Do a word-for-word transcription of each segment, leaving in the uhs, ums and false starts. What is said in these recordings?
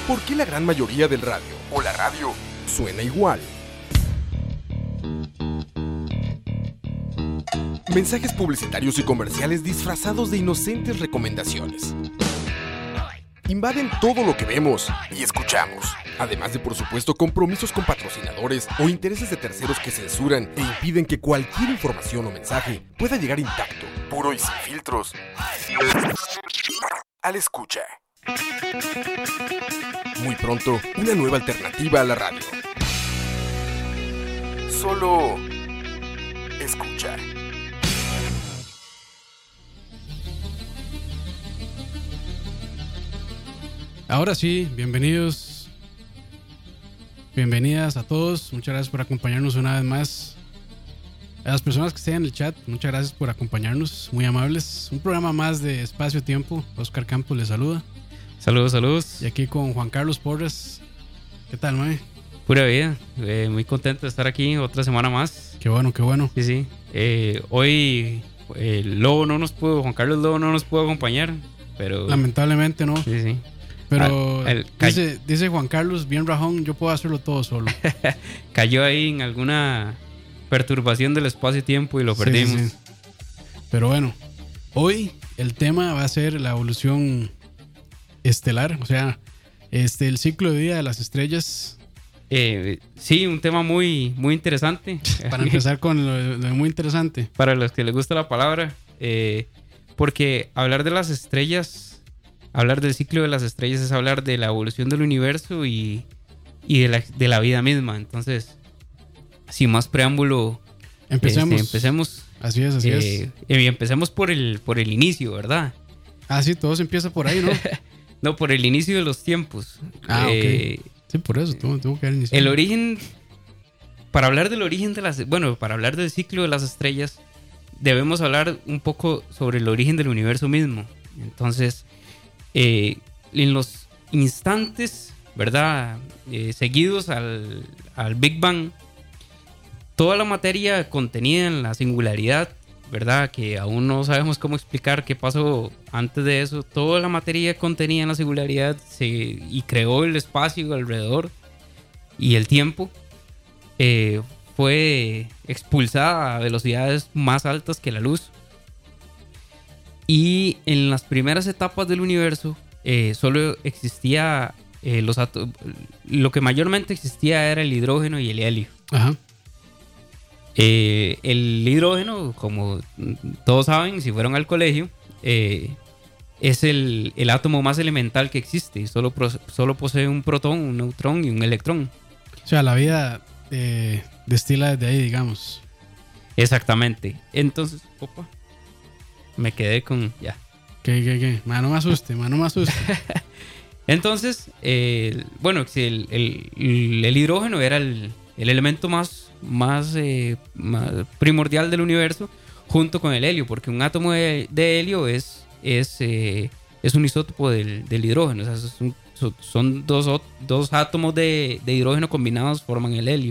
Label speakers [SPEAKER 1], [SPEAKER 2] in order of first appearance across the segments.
[SPEAKER 1] ¿Por qué la gran mayoría del radio o la radio suena igual? Mensajes publicitarios y comerciales disfrazados de inocentes recomendaciones. Invaden todo lo que vemos y escuchamos. Además de, por supuesto, compromisos con patrocinadores o intereses de terceros que censuran e impiden que cualquier información o mensaje pueda llegar intacto, puro y sin filtros, al escucha. Muy pronto, una nueva alternativa a la radio. Solo escucha.
[SPEAKER 2] Ahora sí, bienvenidos, bienvenidas a todos. Muchas gracias por acompañarnos una vez más. A las personas que estén en el chat, muchas gracias por acompañarnos, muy amables. Un programa más de Espacio Tiempo. Oscar Campos les saluda.
[SPEAKER 3] Saludos, saludos.
[SPEAKER 2] Y aquí con Juan Carlos Porras. ¿Qué tal, mae?
[SPEAKER 3] Pura vida, eh, muy contento de estar aquí otra semana más.
[SPEAKER 2] Qué bueno, qué bueno.
[SPEAKER 3] Sí, sí. Eh, hoy eh, Lobo no nos pudo, Juan Carlos Lobo no nos pudo acompañar, pero...
[SPEAKER 2] Lamentablemente no.
[SPEAKER 3] Sí, sí.
[SPEAKER 2] Pero
[SPEAKER 3] ah, el,
[SPEAKER 2] dice, dice Juan Carlos, bien rajón, yo puedo hacerlo todo solo.
[SPEAKER 3] Cayó ahí en alguna perturbación del espacio-tiempo y lo perdimos.
[SPEAKER 2] Sí, sí. Pero bueno, hoy el tema va a ser la evolución estelar, o sea, este, el ciclo de vida de las estrellas.
[SPEAKER 3] Eh, sí, un tema muy, muy interesante.
[SPEAKER 2] Para empezar con lo, lo muy interesante.
[SPEAKER 3] Para los que les gusta la palabra, eh, porque hablar de las estrellas... Hablar del ciclo de las estrellas es hablar de la evolución del universo y, y de, la, de la vida misma. Entonces, sin más preámbulo,
[SPEAKER 2] empecemos.
[SPEAKER 3] Este, empecemos.
[SPEAKER 2] Así es, así
[SPEAKER 3] eh, es. Y empecemos por el, por el inicio, ¿verdad?
[SPEAKER 2] Ah, sí, todo se empieza por ahí, ¿no?
[SPEAKER 3] No, por el inicio de los tiempos.
[SPEAKER 2] Ah,
[SPEAKER 3] eh,
[SPEAKER 2] ok. Sí, por eso, tengo, tengo que iniciar.
[SPEAKER 3] El origen, para hablar del origen de las... Bueno, para hablar del ciclo de las estrellas, debemos hablar un poco sobre el origen del universo mismo. Entonces... Eh, en los instantes, ¿verdad? Eh, seguidos al, al Big Bang, toda la materia contenida en la singularidad, ¿verdad? Que aún no sabemos cómo explicar qué pasó antes de eso. Toda la materia contenida en la singularidad se, y creó el espacio alrededor y el tiempo. Eh, fue expulsada a velocidades más altas que la luz. Y en las primeras etapas del universo eh, solo existía eh, los átomos. Lo que mayormente existía era el hidrógeno y el helio.
[SPEAKER 2] Ajá.
[SPEAKER 3] Eh, el hidrógeno, como todos saben, si fueron al colegio, eh, es el, el átomo más elemental que existe. Solo, solo posee un protón, un neutrón y un electrón.
[SPEAKER 2] O sea, la vida eh, destila desde ahí, digamos.
[SPEAKER 3] Exactamente. Entonces, opa. Me quedé con... Ya.
[SPEAKER 2] ¿Qué, qué, qué? Ma, no me asuste, ma, no me asuste.
[SPEAKER 3] Entonces, eh, bueno, el, el, el hidrógeno era el, el elemento más, más, eh, más primordial del universo, junto con el helio, porque un átomo de, de helio es, es, eh, es un isótopo del, del hidrógeno. O sea, es un, son dos, dos átomos de, de hidrógeno combinados forman el helio.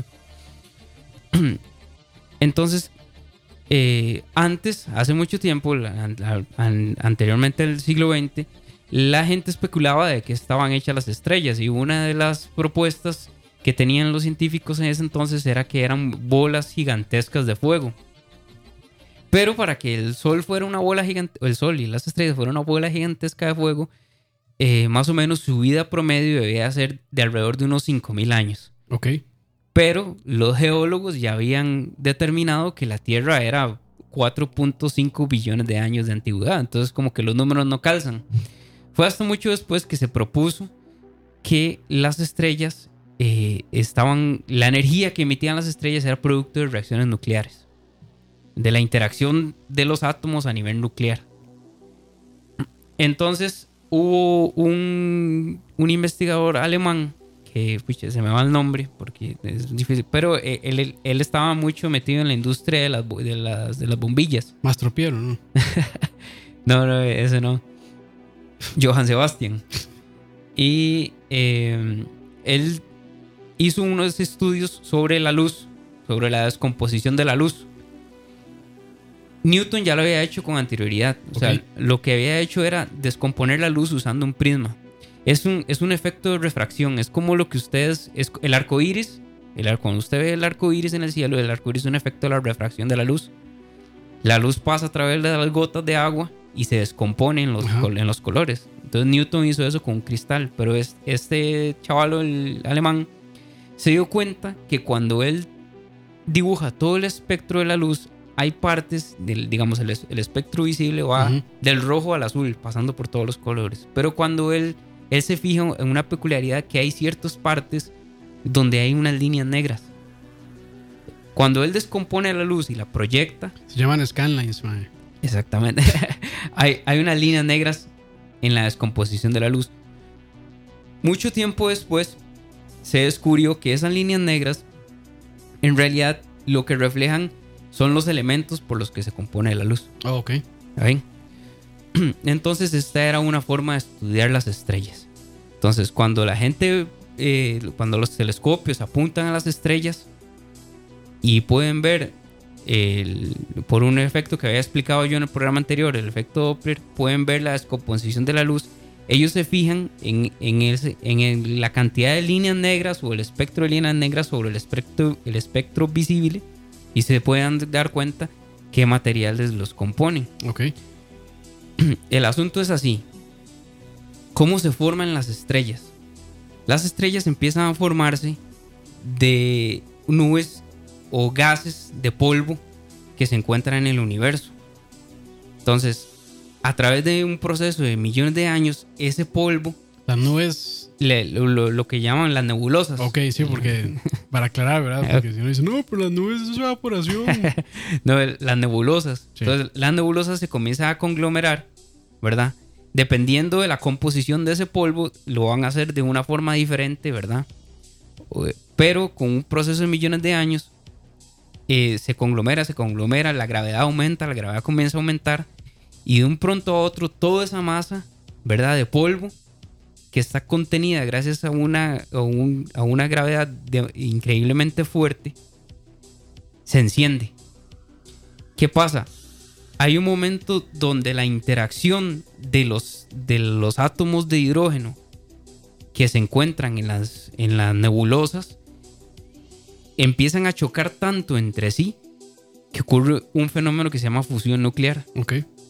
[SPEAKER 3] Entonces... Eh, antes, hace mucho tiempo, la, la, an, anteriormente al siglo veinte, la gente especulaba de que estaban hechas las estrellas y una de las propuestas que tenían los científicos en ese entonces era que eran bolas gigantescas de fuego. Pero para que el Sol fuera una bola gigante, el Sol y las estrellas fueran una bola gigantesca de fuego, eh, más o menos su vida promedio debía ser de alrededor de unos cinco mil años.
[SPEAKER 2] Ok.
[SPEAKER 3] Pero los geólogos ya habían determinado que la Tierra era cuatro punto cinco billones de años de antigüedad. Entonces como que los números no calzan. Fue hasta mucho después que se propuso que las estrellas eh, estaban... La energía que emitían las estrellas era producto de reacciones nucleares. De la interacción de los átomos a nivel nuclear. Entonces hubo un, un investigador alemán... Eh, pucha, se me va el nombre porque es difícil, pero eh, él, él estaba mucho metido en la industria de las, de las, de las bombillas.
[SPEAKER 2] Mastropiero, ¿no?
[SPEAKER 3] no, no, ese no. Johann Sebastian. Y eh, él hizo unos estudios sobre la luz, sobre la descomposición de la luz. Newton ya lo había hecho con anterioridad. O
[SPEAKER 2] okay.
[SPEAKER 3] sea, lo que había hecho era descomponer la luz usando un prisma. Es un, es un efecto de refracción. Es como lo que ustedes... Es el arco iris. El arco, cuando usted ve el arco iris en el cielo, el arco iris es un efecto de la refracción de la luz. La luz pasa a través de las gotas de agua y se descompone en los, en los colores. Entonces Newton hizo eso con un cristal. Pero es, este chaval, el alemán, se dio cuenta que cuando él dibuja todo el espectro de la luz, hay partes del, digamos, el, el espectro visible va uh-huh. del rojo al azul, pasando por todos los colores. Pero cuando él, él se fija en una peculiaridad, que hay ciertas partes donde hay unas líneas negras. Cuando él descompone la luz y la proyecta...
[SPEAKER 2] Se llaman scanlines, man.
[SPEAKER 3] Exactamente. hay, hay unas líneas negras en la descomposición de la luz. Mucho tiempo después se descubrió que esas líneas negras en realidad lo que reflejan son los elementos por los que se compone la luz.
[SPEAKER 2] Oh, ok.
[SPEAKER 3] ¿Ven? Entonces esta era una forma de estudiar las estrellas. Entonces cuando la gente, eh, cuando los telescopios apuntan a las estrellas y pueden ver, el, por un efecto que había explicado yo en el programa anterior, el efecto Doppler, pueden ver la descomposición de la luz. Ellos se fijan en, en, ese, en el, la cantidad de líneas negras o el espectro de líneas negras sobre el espectro, el espectro visible y se pueden dar cuenta qué materiales los componen.
[SPEAKER 2] Ok.
[SPEAKER 3] El asunto es así. ¿Cómo se forman las estrellas? Las estrellas empiezan a formarse de nubes o gases de polvo que se encuentran en el universo. Entonces, a través de un proceso de millones de años, ese polvo...
[SPEAKER 2] Las nubes...
[SPEAKER 3] Le, lo, lo, lo que llaman las nebulosas.
[SPEAKER 2] Ok, sí, porque... Para aclarar, ¿verdad? Porque si no dicen, no, pero las nubes eso es evaporación.
[SPEAKER 3] No, las nebulosas.
[SPEAKER 2] Sí.
[SPEAKER 3] Entonces, las nebulosas se comienzan a conglomerar, ¿verdad? Dependiendo de la composición de ese polvo, lo van a hacer de una forma diferente, ¿verdad? Pero con un proceso de millones de años, eh, se conglomera, se conglomera, la gravedad aumenta, la gravedad comienza a aumentar. Y de un pronto a otro, toda esa masa, ¿verdad?, de polvo que está contenida gracias a una, a un, a una gravedad de, increíblemente fuerte, se enciende. ¿Qué pasa? Hay un momento donde la interacción de los, de los átomos de hidrógeno que se encuentran en las, en las nebulosas empiezan a chocar tanto entre sí que ocurre un fenómeno que se llama fusión nuclear.
[SPEAKER 2] Ok.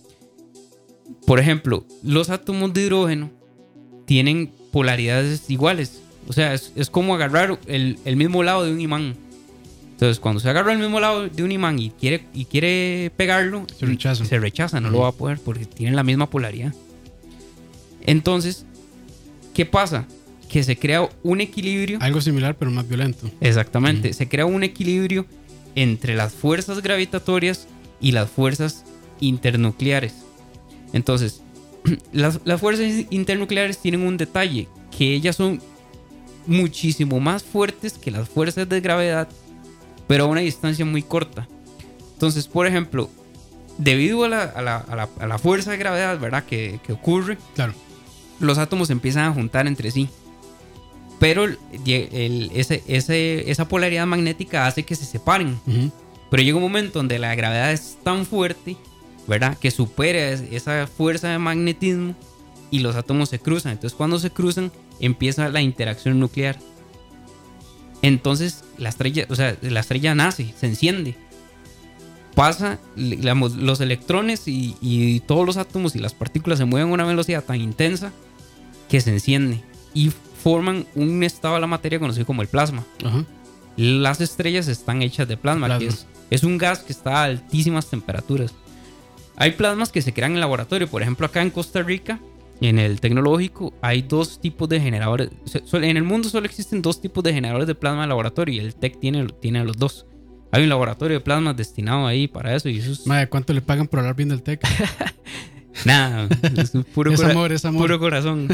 [SPEAKER 3] Por ejemplo, los átomos de hidrógeno tienen polaridades iguales. O sea, es, es como agarrar el, el mismo lado de un imán. Entonces, cuando se agarra el mismo lado de un imán y quiere, y quiere pegarlo,
[SPEAKER 2] se rechaza.
[SPEAKER 3] Se rechaza, no uh-huh. lo va a poder porque tienen la misma polaridad. Entonces, ¿qué pasa? Que se crea un equilibrio.
[SPEAKER 2] Algo similar, pero más violento.
[SPEAKER 3] Exactamente. Uh-huh. Se crea un equilibrio entre las fuerzas gravitatorias y las fuerzas internucleares. Entonces, las, las fuerzas internucleares tienen un detalle, que ellas son muchísimo más fuertes que las fuerzas de gravedad, pero a una distancia muy corta. Entonces, por ejemplo, debido a la, a la, a la, a la fuerza de gravedad, ¿verdad?, que, que ocurre,
[SPEAKER 2] claro,
[SPEAKER 3] los átomos se empiezan a juntar entre sí. Pero el, el, ese, ese, esa polaridad magnética hace que se separen. Uh-huh. Pero llega un momento donde la gravedad es tan fuerte, ¿verdad?, que supera esa fuerza de magnetismo y los átomos se cruzan. Entonces, cuando se cruzan, empieza la interacción nuclear. Entonces, la estrella, o sea, la estrella nace, se enciende. Pasa, digamos, los electrones y, y todos los átomos y las partículas se mueven a una velocidad tan intensa que se enciende y forman un estado de la materia conocido como el plasma. Uh-huh. Las estrellas están hechas de plasma, plasma. que es, es un gas que está a altísimas temperaturas. Hay plasmas que se crean en laboratorio. Por ejemplo, acá en Costa Rica, en el tecnológico, hay dos tipos de generadores. En el mundo solo existen dos tipos de generadores de plasma de laboratorio y el T E C tiene, tiene los dos. Hay un laboratorio de plasmas destinado ahí para eso. Y eso es...
[SPEAKER 2] Madre, ¿cuánto le pagan por hablar bien del T E C?
[SPEAKER 3] Nada, es puro,
[SPEAKER 2] es
[SPEAKER 3] cora-
[SPEAKER 2] amor, es amor.
[SPEAKER 3] Puro corazón.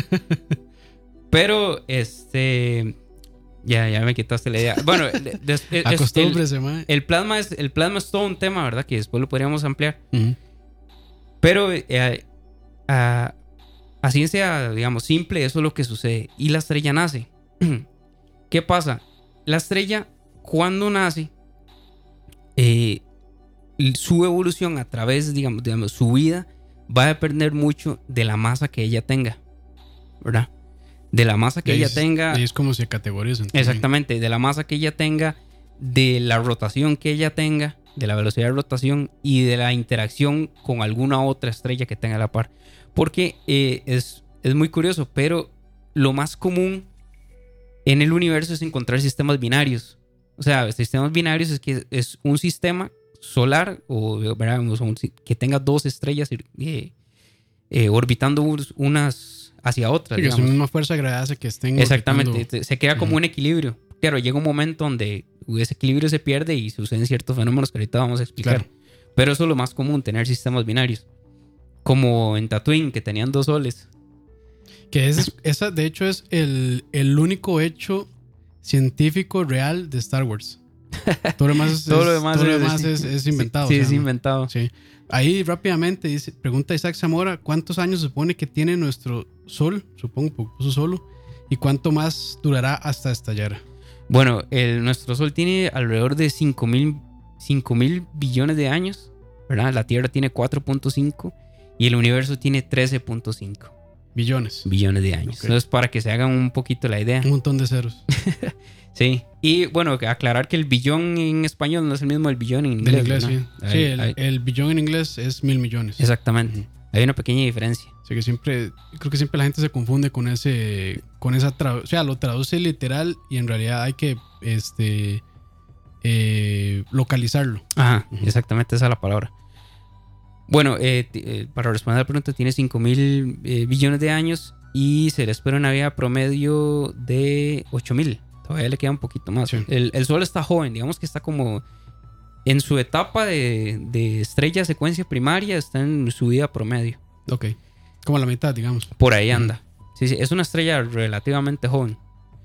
[SPEAKER 3] Pero, este... Ya, ya me quitaste la idea. Bueno, de, de, de,
[SPEAKER 2] acostúmbrese,
[SPEAKER 3] el, el, plasma es, el plasma es todo un tema, ¿verdad? Que después lo podríamos ampliar.
[SPEAKER 2] Uh-huh.
[SPEAKER 3] Pero eh, a, a ciencia, digamos, simple, eso es lo que sucede. Y la estrella nace. ¿Qué pasa? La estrella, cuando nace, eh, su evolución a través, digamos, digamos, su vida va a depender mucho de la masa que ella tenga, ¿verdad? de la masa que
[SPEAKER 2] Y
[SPEAKER 3] ella
[SPEAKER 2] es,
[SPEAKER 3] tenga.
[SPEAKER 2] y es como se categorizan. también.
[SPEAKER 3] Exactamente, de la masa que ella tenga, de la rotación que ella tenga, de la velocidad de rotación y de la interacción con alguna otra estrella que tenga a la par. Porque eh, es, es muy curioso, pero lo más común en el universo es encontrar sistemas binarios. O sea, sistemas binarios es que es un sistema solar o, ¿verdad? O sea, un- que tenga dos estrellas eh, eh, orbitando unas hacia otras.
[SPEAKER 2] Sí, que su
[SPEAKER 3] digamos.
[SPEAKER 2] misma fuerza de gravedad hace que estén.
[SPEAKER 3] Exactamente,
[SPEAKER 2] orbitando.
[SPEAKER 3] se queda como
[SPEAKER 2] Ujú.
[SPEAKER 3] un equilibrio. Claro, llega un momento donde ese equilibrio se pierde y suceden ciertos fenómenos que ahorita vamos a explicar.
[SPEAKER 2] Claro.
[SPEAKER 3] Pero eso es lo más común, tener sistemas binarios. Como en Tatooine, que tenían dos soles.
[SPEAKER 2] Que es, esa, de hecho, es el, el único hecho científico real de Star Wars. Todo lo demás es,
[SPEAKER 3] Todo lo
[SPEAKER 2] es-
[SPEAKER 3] demás,
[SPEAKER 2] todo lo
[SPEAKER 3] es,
[SPEAKER 2] demás
[SPEAKER 3] sí,
[SPEAKER 2] es- es
[SPEAKER 3] sí,
[SPEAKER 2] inventado.
[SPEAKER 3] Sí,
[SPEAKER 2] o sea,
[SPEAKER 3] es
[SPEAKER 2] ¿no?
[SPEAKER 3] inventado.
[SPEAKER 2] Sí. Ahí rápidamente dice, pregunta Isaac Zamora, ¿cuántos años se supone que tiene nuestro Sol? Supongo que puso solo. ¿Y cuánto más durará hasta estallar?
[SPEAKER 3] Bueno, el- nuestro Sol tiene alrededor de cinco mil billones de años, ¿verdad? La Tierra tiene cuatro punto cinco y el universo tiene trece punto cinco
[SPEAKER 2] Billones.
[SPEAKER 3] billones de años.
[SPEAKER 2] Ok.
[SPEAKER 3] Entonces, para que se hagan un poquito la idea.
[SPEAKER 2] Un montón de ceros.
[SPEAKER 3] Sí. Y bueno, aclarar que el billón en español no es el mismo del billón en inglés.
[SPEAKER 2] En inglés,
[SPEAKER 3] ¿verdad?
[SPEAKER 2] sí.
[SPEAKER 3] Ahí-
[SPEAKER 2] Sí, el,
[SPEAKER 3] ahí-
[SPEAKER 2] el billón en inglés es mil millones.
[SPEAKER 3] Exactamente.
[SPEAKER 2] Ujú.
[SPEAKER 3] Hay una pequeña diferencia.
[SPEAKER 2] Así que siempre, creo que siempre la gente se confunde con ese, con esa, tra- o sea, lo traduce literal y en realidad hay que, este, eh, localizarlo.
[SPEAKER 3] Ajá,
[SPEAKER 2] Ujú.
[SPEAKER 3] exactamente esa es la palabra. Bueno, eh, t- eh, para responder a la pregunta, tiene cinco mil eh, billones de años y se le espera una vida promedio de ocho mil. Todavía le queda un poquito más.
[SPEAKER 2] Sí.
[SPEAKER 3] El, el Sol está joven, digamos que está como en su etapa de, de estrella secuencia primaria, está en su vida promedio.
[SPEAKER 2] Ok. Como la mitad, digamos.
[SPEAKER 3] Por ahí anda. Sí, sí, es una estrella relativamente joven.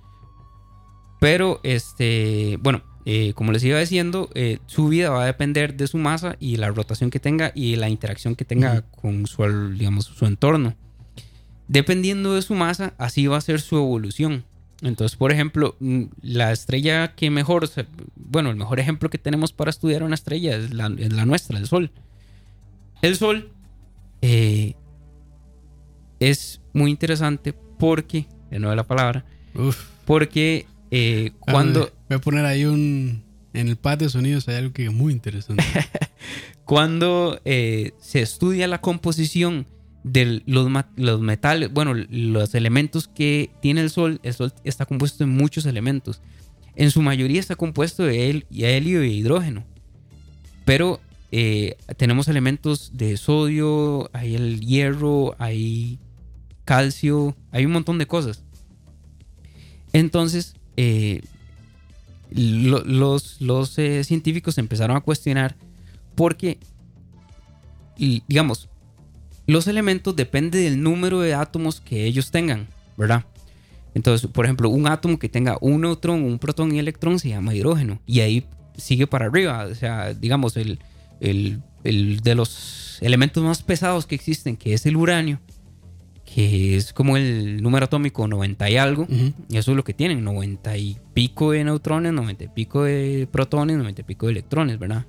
[SPEAKER 3] Pero, este, bueno, eh, como les iba diciendo, eh, su vida va a depender de su masa y la rotación que tenga y la interacción que tenga
[SPEAKER 2] Ujú.
[SPEAKER 3] con su, al- digamos, su entorno. Dependiendo de su masa, así va a ser su evolución. Entonces, por ejemplo, mm, la estrella que mejor, se- bueno, el mejor ejemplo que tenemos para estudiar una estrella es la, es la nuestra, el Sol. El Sol eh, es muy interesante porque, de nuevo la palabra,
[SPEAKER 2] Uf.
[SPEAKER 3] porque eh, cuando,
[SPEAKER 2] Ah, voy a poner ahí un, en el pad de sonidos hay algo que es muy interesante.
[SPEAKER 3] cuando eh, se estudia la composición de los, ma- los metales, bueno, los elementos que tiene el Sol, el Sol está compuesto de muchos elementos. En su mayoría está compuesto de hel- helio e hidrógeno. Pero eh, tenemos elementos de sodio, hay el hierro, hay calcio, hay un montón de cosas. Entonces, eh, lo- los, los eh, científicos empezaron a cuestionar porque, y, digamos, los elementos dependen del número de átomos que ellos tengan, ¿verdad? Entonces, por ejemplo, un átomo que tenga un neutrón, un protón y electrón se llama hidrógeno. Y ahí sigue para arriba. O sea, digamos, el, el, el de los elementos más pesados que existen, que es el uranio, que es como el número atómico noventa y algo.
[SPEAKER 2] Ujú.
[SPEAKER 3] Y eso es lo que tienen, noventa y pico de neutrones, noventa y pico de protones, noventa y pico de electrones, ¿verdad?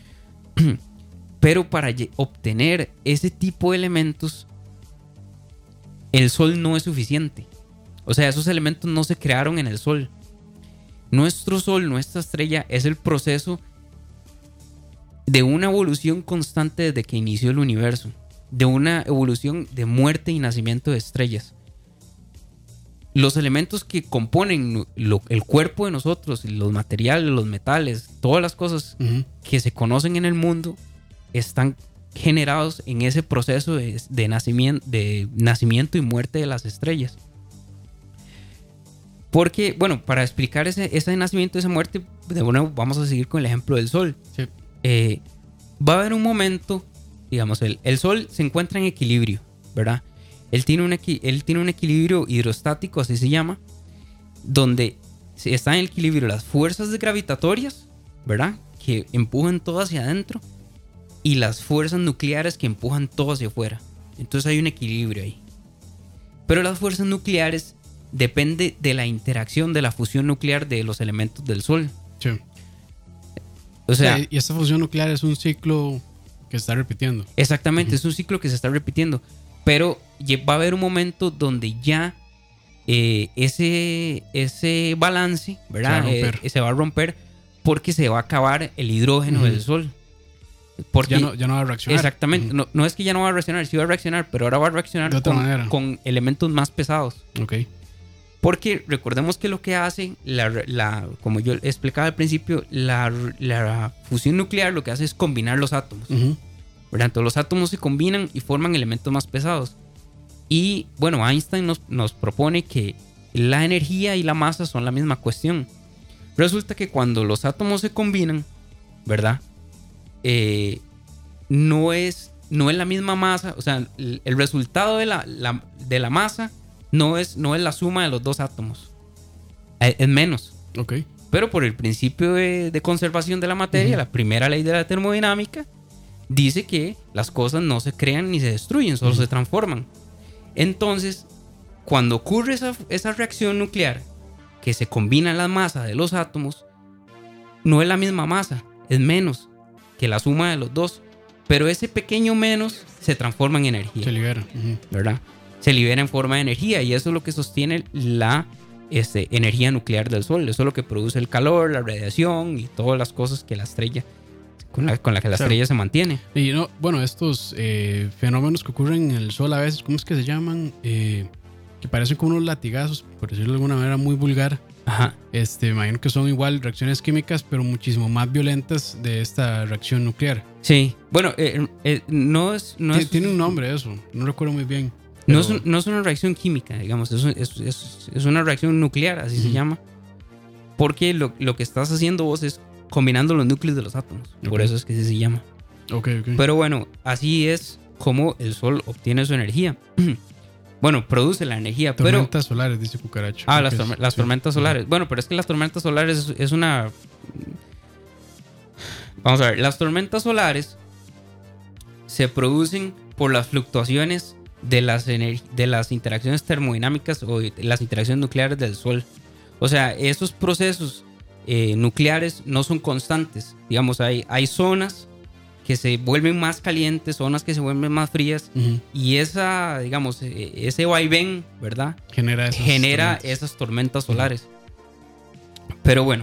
[SPEAKER 3] Pero para lle- obtener ese tipo de elementos, el Sol no es suficiente. O sea, esos elementos no se crearon en el Sol. Nuestro Sol, nuestra estrella, es el proceso de una evolución constante desde que inició el universo. De una evolución de muerte y nacimiento de estrellas. Los elementos que componen lo- el cuerpo de nosotros, los materiales, los metales, todas las cosas
[SPEAKER 2] Ujú.
[SPEAKER 3] que se conocen en el mundo están generados en ese proceso de, de nacimiento, de nacimiento y muerte de las estrellas. Porque, bueno, para explicar ese, ese nacimiento y esa muerte, de nuevo vamos a seguir con el ejemplo del Sol.
[SPEAKER 2] Sí.
[SPEAKER 3] Eh, va a haber un momento, digamos, el, el Sol se encuentra en equilibrio, ¿verdad? Él tiene, un equi- él tiene un equilibrio hidrostático, así se llama, donde se- están en equilibrio las fuerzas gravitatorias, ¿verdad? Que empujan todo hacia adentro y las fuerzas nucleares que empujan todo hacia afuera. Entonces hay un equilibrio ahí. Pero las fuerzas nucleares depende de la interacción de la fusión nuclear de los elementos del Sol.
[SPEAKER 2] Sí.
[SPEAKER 3] O sea,
[SPEAKER 2] Sí, y esta fusión nuclear es un ciclo que se está repitiendo.
[SPEAKER 3] exactamente, es un ciclo que se está repitiendo. Pero lle- va a haber un momento donde ya eh, ese, ese balance, ¿verdad?
[SPEAKER 2] Se va a romper.
[SPEAKER 3] Eh, se va a romper porque se va a acabar el hidrógeno uh-huh. del Sol. Porque,
[SPEAKER 2] ya, no, ya no va a reaccionar.
[SPEAKER 3] Exactamente. Uh-huh. No, no es que ya no va a reaccionar, sí va a reaccionar, pero ahora va a reaccionar
[SPEAKER 2] de otra
[SPEAKER 3] con,
[SPEAKER 2] manera.
[SPEAKER 3] con elementos más pesados.
[SPEAKER 2] Ok.
[SPEAKER 3] Porque recordemos que lo que hace, la, la, como yo explicaba al principio, la, la fusión nuclear lo que hace es combinar los átomos.
[SPEAKER 2] Uh-huh.
[SPEAKER 3] ¿Verdad? Entonces los átomos se combinan y forman elementos más pesados. Y bueno, Einstein nos, nos propone que la energía y la masa son la misma cuestión. Resulta que cuando los átomos se combinan, ¿verdad? Eh, no, es, no es la misma masa, o sea, el, el resultado de la, la, de la masa no es, no es la suma de los dos átomos, es, es menos.
[SPEAKER 2] Ok.
[SPEAKER 3] Pero por el principio de, de conservación de la materia, uh-huh. la primera ley de la termodinámica, dice que las cosas no se crean ni se destruyen, solo uh-huh. se transforman. Entonces, cuando ocurre esa, esa reacción nuclear, que se combina la masa de los átomos, no es la misma masa, es menos que la suma de los dos, pero ese pequeño menos se transforma en energía.
[SPEAKER 2] Se libera. Uh-huh.
[SPEAKER 3] ¿Verdad? Se libera en forma de energía y eso es lo que sostiene la este, energía nuclear del Sol. Eso es lo que produce el calor, la radiación y todas las cosas que la estrella, con la, con la que la claro. estrella se mantiene.
[SPEAKER 2] Y no, bueno, estos eh, fenómenos que ocurren en el Sol a veces, ¿cómo es que se llaman? Eh, que parecen como unos latigazos, por decirlo de alguna manera muy vulgar.
[SPEAKER 3] Ajá.
[SPEAKER 2] Este, me imagino que son igual reacciones químicas, pero muchísimo más violentas de esta reacción nuclear.
[SPEAKER 3] Sí. Bueno, eh, eh, no es... No
[SPEAKER 2] T-
[SPEAKER 3] es
[SPEAKER 2] tiene un nombre eso, no recuerdo muy bien.
[SPEAKER 3] Pero... No, es un, no es una reacción química, digamos, es, es, es, es una reacción nuclear, así uh-huh. se llama. Porque lo, lo que estás haciendo vos es combinando los núcleos de los átomos. Okay. Por eso es que así se llama.
[SPEAKER 2] Okay, okay.
[SPEAKER 3] Pero bueno, así es como el Sol obtiene su energía. Bueno, produce la energía.
[SPEAKER 2] Tormentas
[SPEAKER 3] pero...
[SPEAKER 2] solares, dice Cucaracho.
[SPEAKER 3] Ah, las, torme- las
[SPEAKER 2] sí.
[SPEAKER 3] tormentas solares. Uh-huh. Bueno, pero es que las tormentas solares es, es una... Vamos a ver, las tormentas solares se producen por las fluctuaciones de las, ener- de las interacciones termodinámicas o de las interacciones nucleares del Sol. O sea, esos procesos eh, nucleares no son constantes. Digamos, hay, hay zonas que se vuelven más calientes, zonas que se vuelven más frías, uh-huh. y esa, digamos, ese vaivén, ¿verdad?
[SPEAKER 2] Genera esas
[SPEAKER 3] Genera
[SPEAKER 2] tormentas.
[SPEAKER 3] esas tormentas solares. Uh-huh. Pero bueno,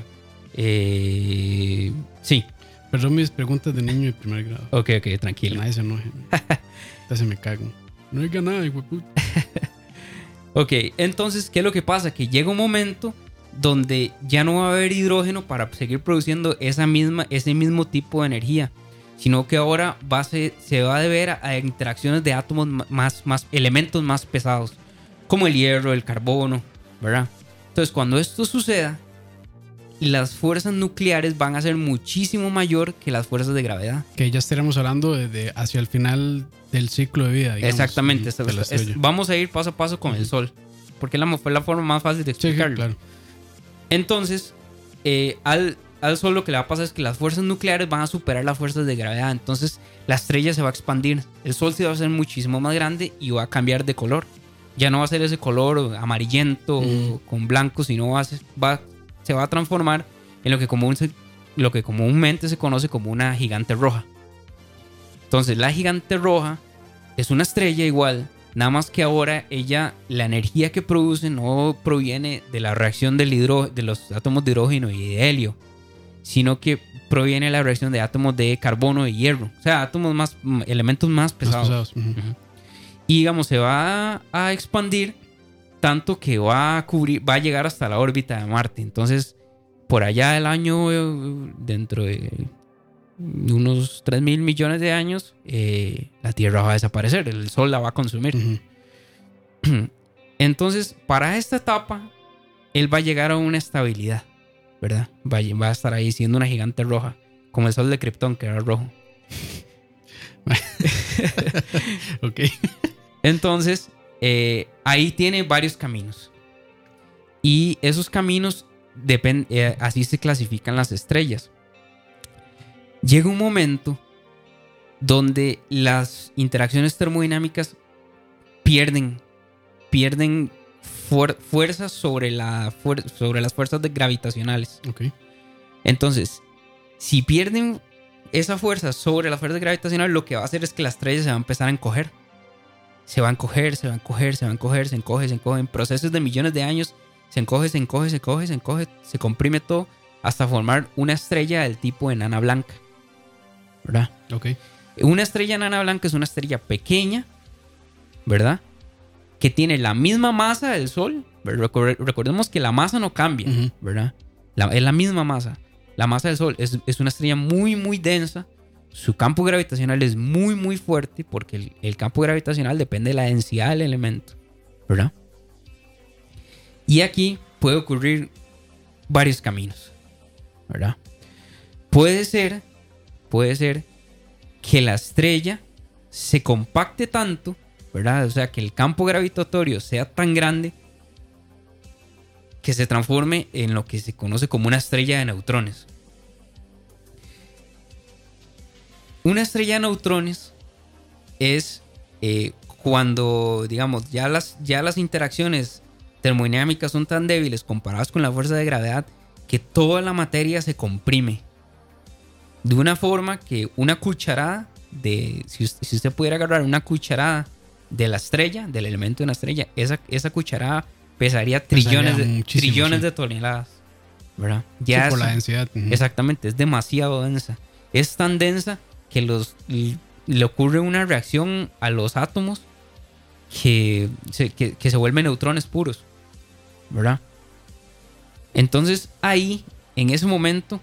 [SPEAKER 3] eh, sí.
[SPEAKER 2] Perdón mis preguntas de niño de primer grado.
[SPEAKER 3] Ok, ok, tranquilo.
[SPEAKER 2] Que nadie se enoje. Entonces me cago. No diga nada, hijo de puta.
[SPEAKER 3] Ok, entonces, ¿qué es lo que pasa? Que llega un momento donde ya no va a haber hidrógeno para seguir produciendo esa misma, ese mismo tipo de energía, sino que ahora va a ser, se va a deber a, a interacciones de átomos más, más, elementos más pesados, como el hierro, el carbono, ¿verdad? Entonces, cuando esto suceda, las fuerzas nucleares van a ser muchísimo mayor que las fuerzas de gravedad.
[SPEAKER 2] Que ya estaremos hablando de, de hacia el final del ciclo de vida, digamos.
[SPEAKER 3] Exactamente.
[SPEAKER 2] De, de
[SPEAKER 3] es, es, vamos a ir paso a paso con uh-huh. el Sol, porque la, fue la forma más fácil de explicarlo.
[SPEAKER 2] Sí, claro.
[SPEAKER 3] Entonces, eh, al, al Sol lo que le va a pasar es que las fuerzas nucleares van a superar las fuerzas de gravedad. Entonces, la estrella se va a expandir. El Sol se va a hacer muchísimo más grande y va a cambiar de color. Ya no va a ser ese color amarillento uh-huh. con blanco, sino va a ser, va, se va a transformar en lo que, común, lo que comúnmente se conoce como una gigante roja. Entonces, la gigante roja es una estrella igual, nada más que ahora ella, la energía que produce no proviene de la reacción del hidro, de los átomos de hidrógeno y de helio, sino que proviene de la reacción de átomos de carbono y hierro. O sea, átomos más, elementos más pesados.
[SPEAKER 2] Más pesados. Uh-huh.
[SPEAKER 3] Uh-huh. Y digamos, se va a expandir tanto que va a cubrir, va a llegar hasta la órbita de Marte. Entonces, por allá del año, dentro de unos tres mil millones de años, eh, la Tierra va a desaparecer, el Sol la va a consumir. Uh-huh. Entonces, para esta etapa, él va a llegar a una estabilidad, ¿verdad? Va a, va a estar ahí siendo una gigante roja, como el Sol de Krypton, que era rojo.
[SPEAKER 2] Ok.
[SPEAKER 3] Entonces, eh, ahí tiene varios caminos. Y esos caminos, depend- eh, así se clasifican las estrellas. Llega un momento donde las interacciones termodinámicas pierden, pierden fuer- fuerzas sobre, la fuer- sobre las fuerzas de gravitacionales.
[SPEAKER 2] Okay.
[SPEAKER 3] Entonces, si pierden esa fuerza sobre las fuerzas gravitacionales, lo que va a hacer es que la estrella se va a empezar a encoger. se va a encoger, se va a encoger, se va a encoger, se encoge, se encoge. En procesos de millones de años se encoge, se encoge, se encoge, se encoge, se comprime todo hasta formar una estrella del tipo enana blanca, ¿verdad?
[SPEAKER 2] Ok.
[SPEAKER 3] Una estrella enana blanca es una estrella pequeña, ¿verdad? Que tiene la misma masa del Sol. Recordemos que la masa no cambia, uh-huh. ¿verdad? La, es la misma masa. La masa del Sol es, es una estrella muy, muy densa. Su campo gravitacional es muy, muy fuerte porque el, el campo gravitacional depende de la densidad del elemento, ¿verdad? Y aquí puede ocurrir varios caminos, ¿verdad? Puede ser, puede ser que la estrella se compacte tanto, ¿verdad? O sea, que el campo gravitatorio sea tan grande que se transforme en lo que se conoce como una estrella de neutrones. Una estrella de neutrones es eh, cuando, digamos, ya las, ya las interacciones termodinámicas son tan débiles comparadas con la fuerza de gravedad que toda la materia se comprime. De una forma que una cucharada de... Si usted, si usted pudiera agarrar una cucharada de la estrella, del elemento de una estrella, esa, esa cucharada pesaría trillones, de, trillones sí. de toneladas, ¿verdad? Ya
[SPEAKER 2] sí, por
[SPEAKER 3] es,
[SPEAKER 2] la densidad. Uh-huh.
[SPEAKER 3] Exactamente, es demasiado densa. Es tan densa que los, le ocurre una reacción a los átomos que se, que, que se vuelven neutrones puros, ¿verdad? Entonces ahí, en ese momento,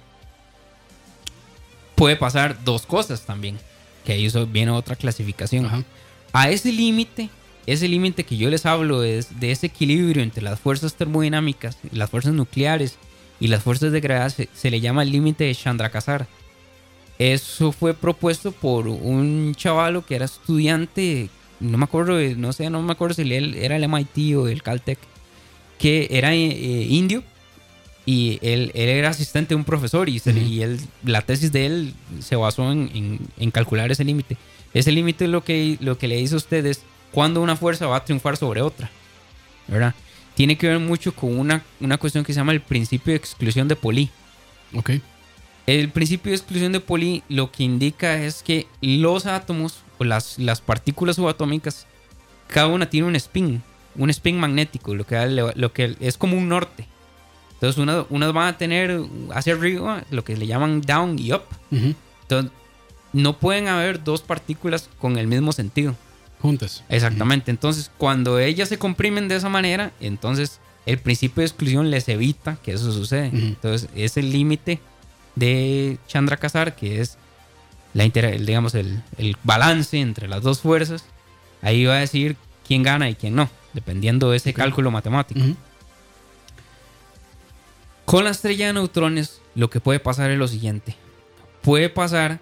[SPEAKER 3] puede pasar dos cosas también, que ahí viene otra clasificación. Ajá. A ese límite, ese límite que yo les hablo es de ese equilibrio entre las fuerzas termodinámicas, las fuerzas nucleares y las fuerzas de gravedad, se, se le llama el límite de Chandrasekhar. Eso fue propuesto por un chavalo que era estudiante, no me acuerdo, no sé, no me acuerdo si él era el M I T o el Caltech, que era eh, indio. Y él, él era asistente de un profesor y, se, uh-huh. y él, la tesis de él se basó en, en, en calcular ese límite. Ese límite lo que, lo que le dice a ustedes cuando una fuerza va a triunfar sobre otra, ¿verdad? Tiene que ver mucho con una, una cuestión que se llama el principio de exclusión de Pauli.
[SPEAKER 2] Ok.
[SPEAKER 3] El principio de exclusión de Pauli lo que indica es que los átomos o las, las partículas subatómicas, cada una tiene un spin, un spin magnético, lo que, lo que es como un norte. Entonces unas, unas van a tener hacia arriba lo que le llaman down y up. Uh-huh. Entonces no pueden haber dos partículas con el mismo sentido.
[SPEAKER 2] Juntas.
[SPEAKER 3] Exactamente. Uh-huh. Entonces cuando ellas se comprimen de esa manera, entonces el principio de exclusión les evita que eso suceda. Uh-huh. Entonces es el límite de Chandrasekhar, que es la inter- digamos el, el balance entre las dos fuerzas. Ahí va a decir quién gana y quién no, dependiendo de ese okay. cálculo matemático. Uh-huh. Con la estrella de neutrones, lo que puede pasar es lo siguiente. Puede pasar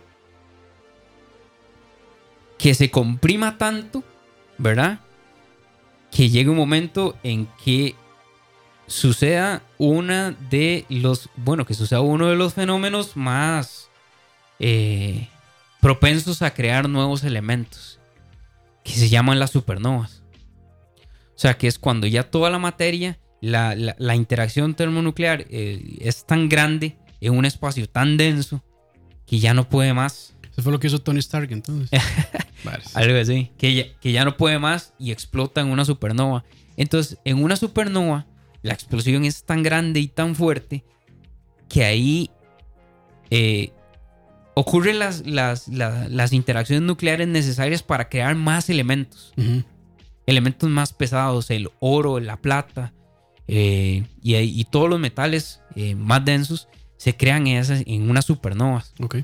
[SPEAKER 3] que se comprima tanto, ¿verdad? Que llegue un momento en que suceda una de los, bueno, que suceda uno de los fenómenos más eh, propensos a crear nuevos elementos, que se llaman las supernovas. O sea, que es cuando ya toda la materia, la, la, la interacción termonuclear eh, es tan grande en un espacio tan denso que ya no puede más.
[SPEAKER 2] Eso fue lo que hizo Tony Stark entonces.
[SPEAKER 3] Algo así, que ya, que ya no puede más y explota en una supernova. Entonces, en una supernova, la explosión es tan grande y tan fuerte que ahí eh, ocurren las, las, las, las interacciones nucleares necesarias para crear más elementos. Uh-huh. Elementos más pesados, el oro, la plata eh, y, y todos los metales eh, más densos se crean en, esas, en unas supernovas.
[SPEAKER 2] Okay.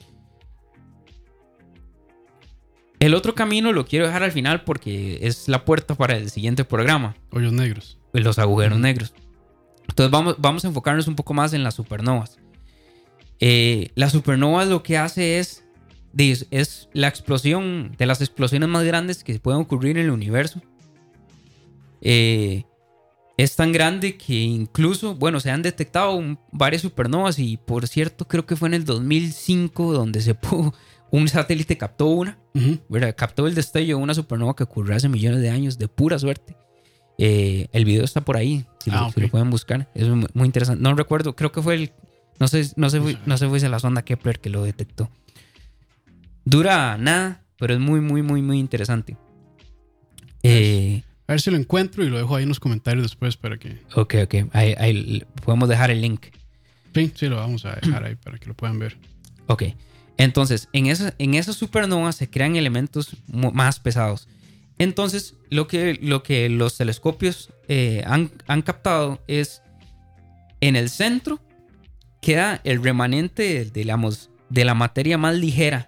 [SPEAKER 3] El otro camino lo quiero dejar al final porque es la puerta para el siguiente programa.
[SPEAKER 2] Hoyos negros.
[SPEAKER 3] Los agujeros uh-huh. negros. Entonces vamos, vamos a enfocarnos un poco más en las supernovas. Eh, las supernovas lo que hace es, es, es la explosión de las explosiones más grandes que pueden ocurrir en el universo. Eh, es tan grande que incluso, bueno, se han detectado un, varias supernovas y por cierto creo que fue en el dos mil cinco donde se pudo... Un satélite captó una, uh-huh. ¿verdad? Captó el destello de una supernova que ocurrió hace millones de años, de pura suerte. Eh, el video está por ahí, si, ah, lo, okay. si lo pueden buscar. Es muy, muy interesante. No recuerdo, creo que fue el... No sé, no sé, no sé, fue la sonda Kepler que lo detectó. Dura nada, pero es muy, muy, muy, muy interesante. Eh,
[SPEAKER 2] A ver si lo encuentro y lo dejo ahí en los comentarios después para que...
[SPEAKER 3] ok, ok. Ahí, ahí podemos dejar el link.
[SPEAKER 2] Sí, sí, lo vamos a dejar ahí para que lo puedan ver.
[SPEAKER 3] Ok. Entonces, en esa, en esas supernovas se crean elementos mu- más pesados. Entonces, lo que, lo que los telescopios eh, han, han captado es en el centro queda el remanente, digamos, de la materia más ligera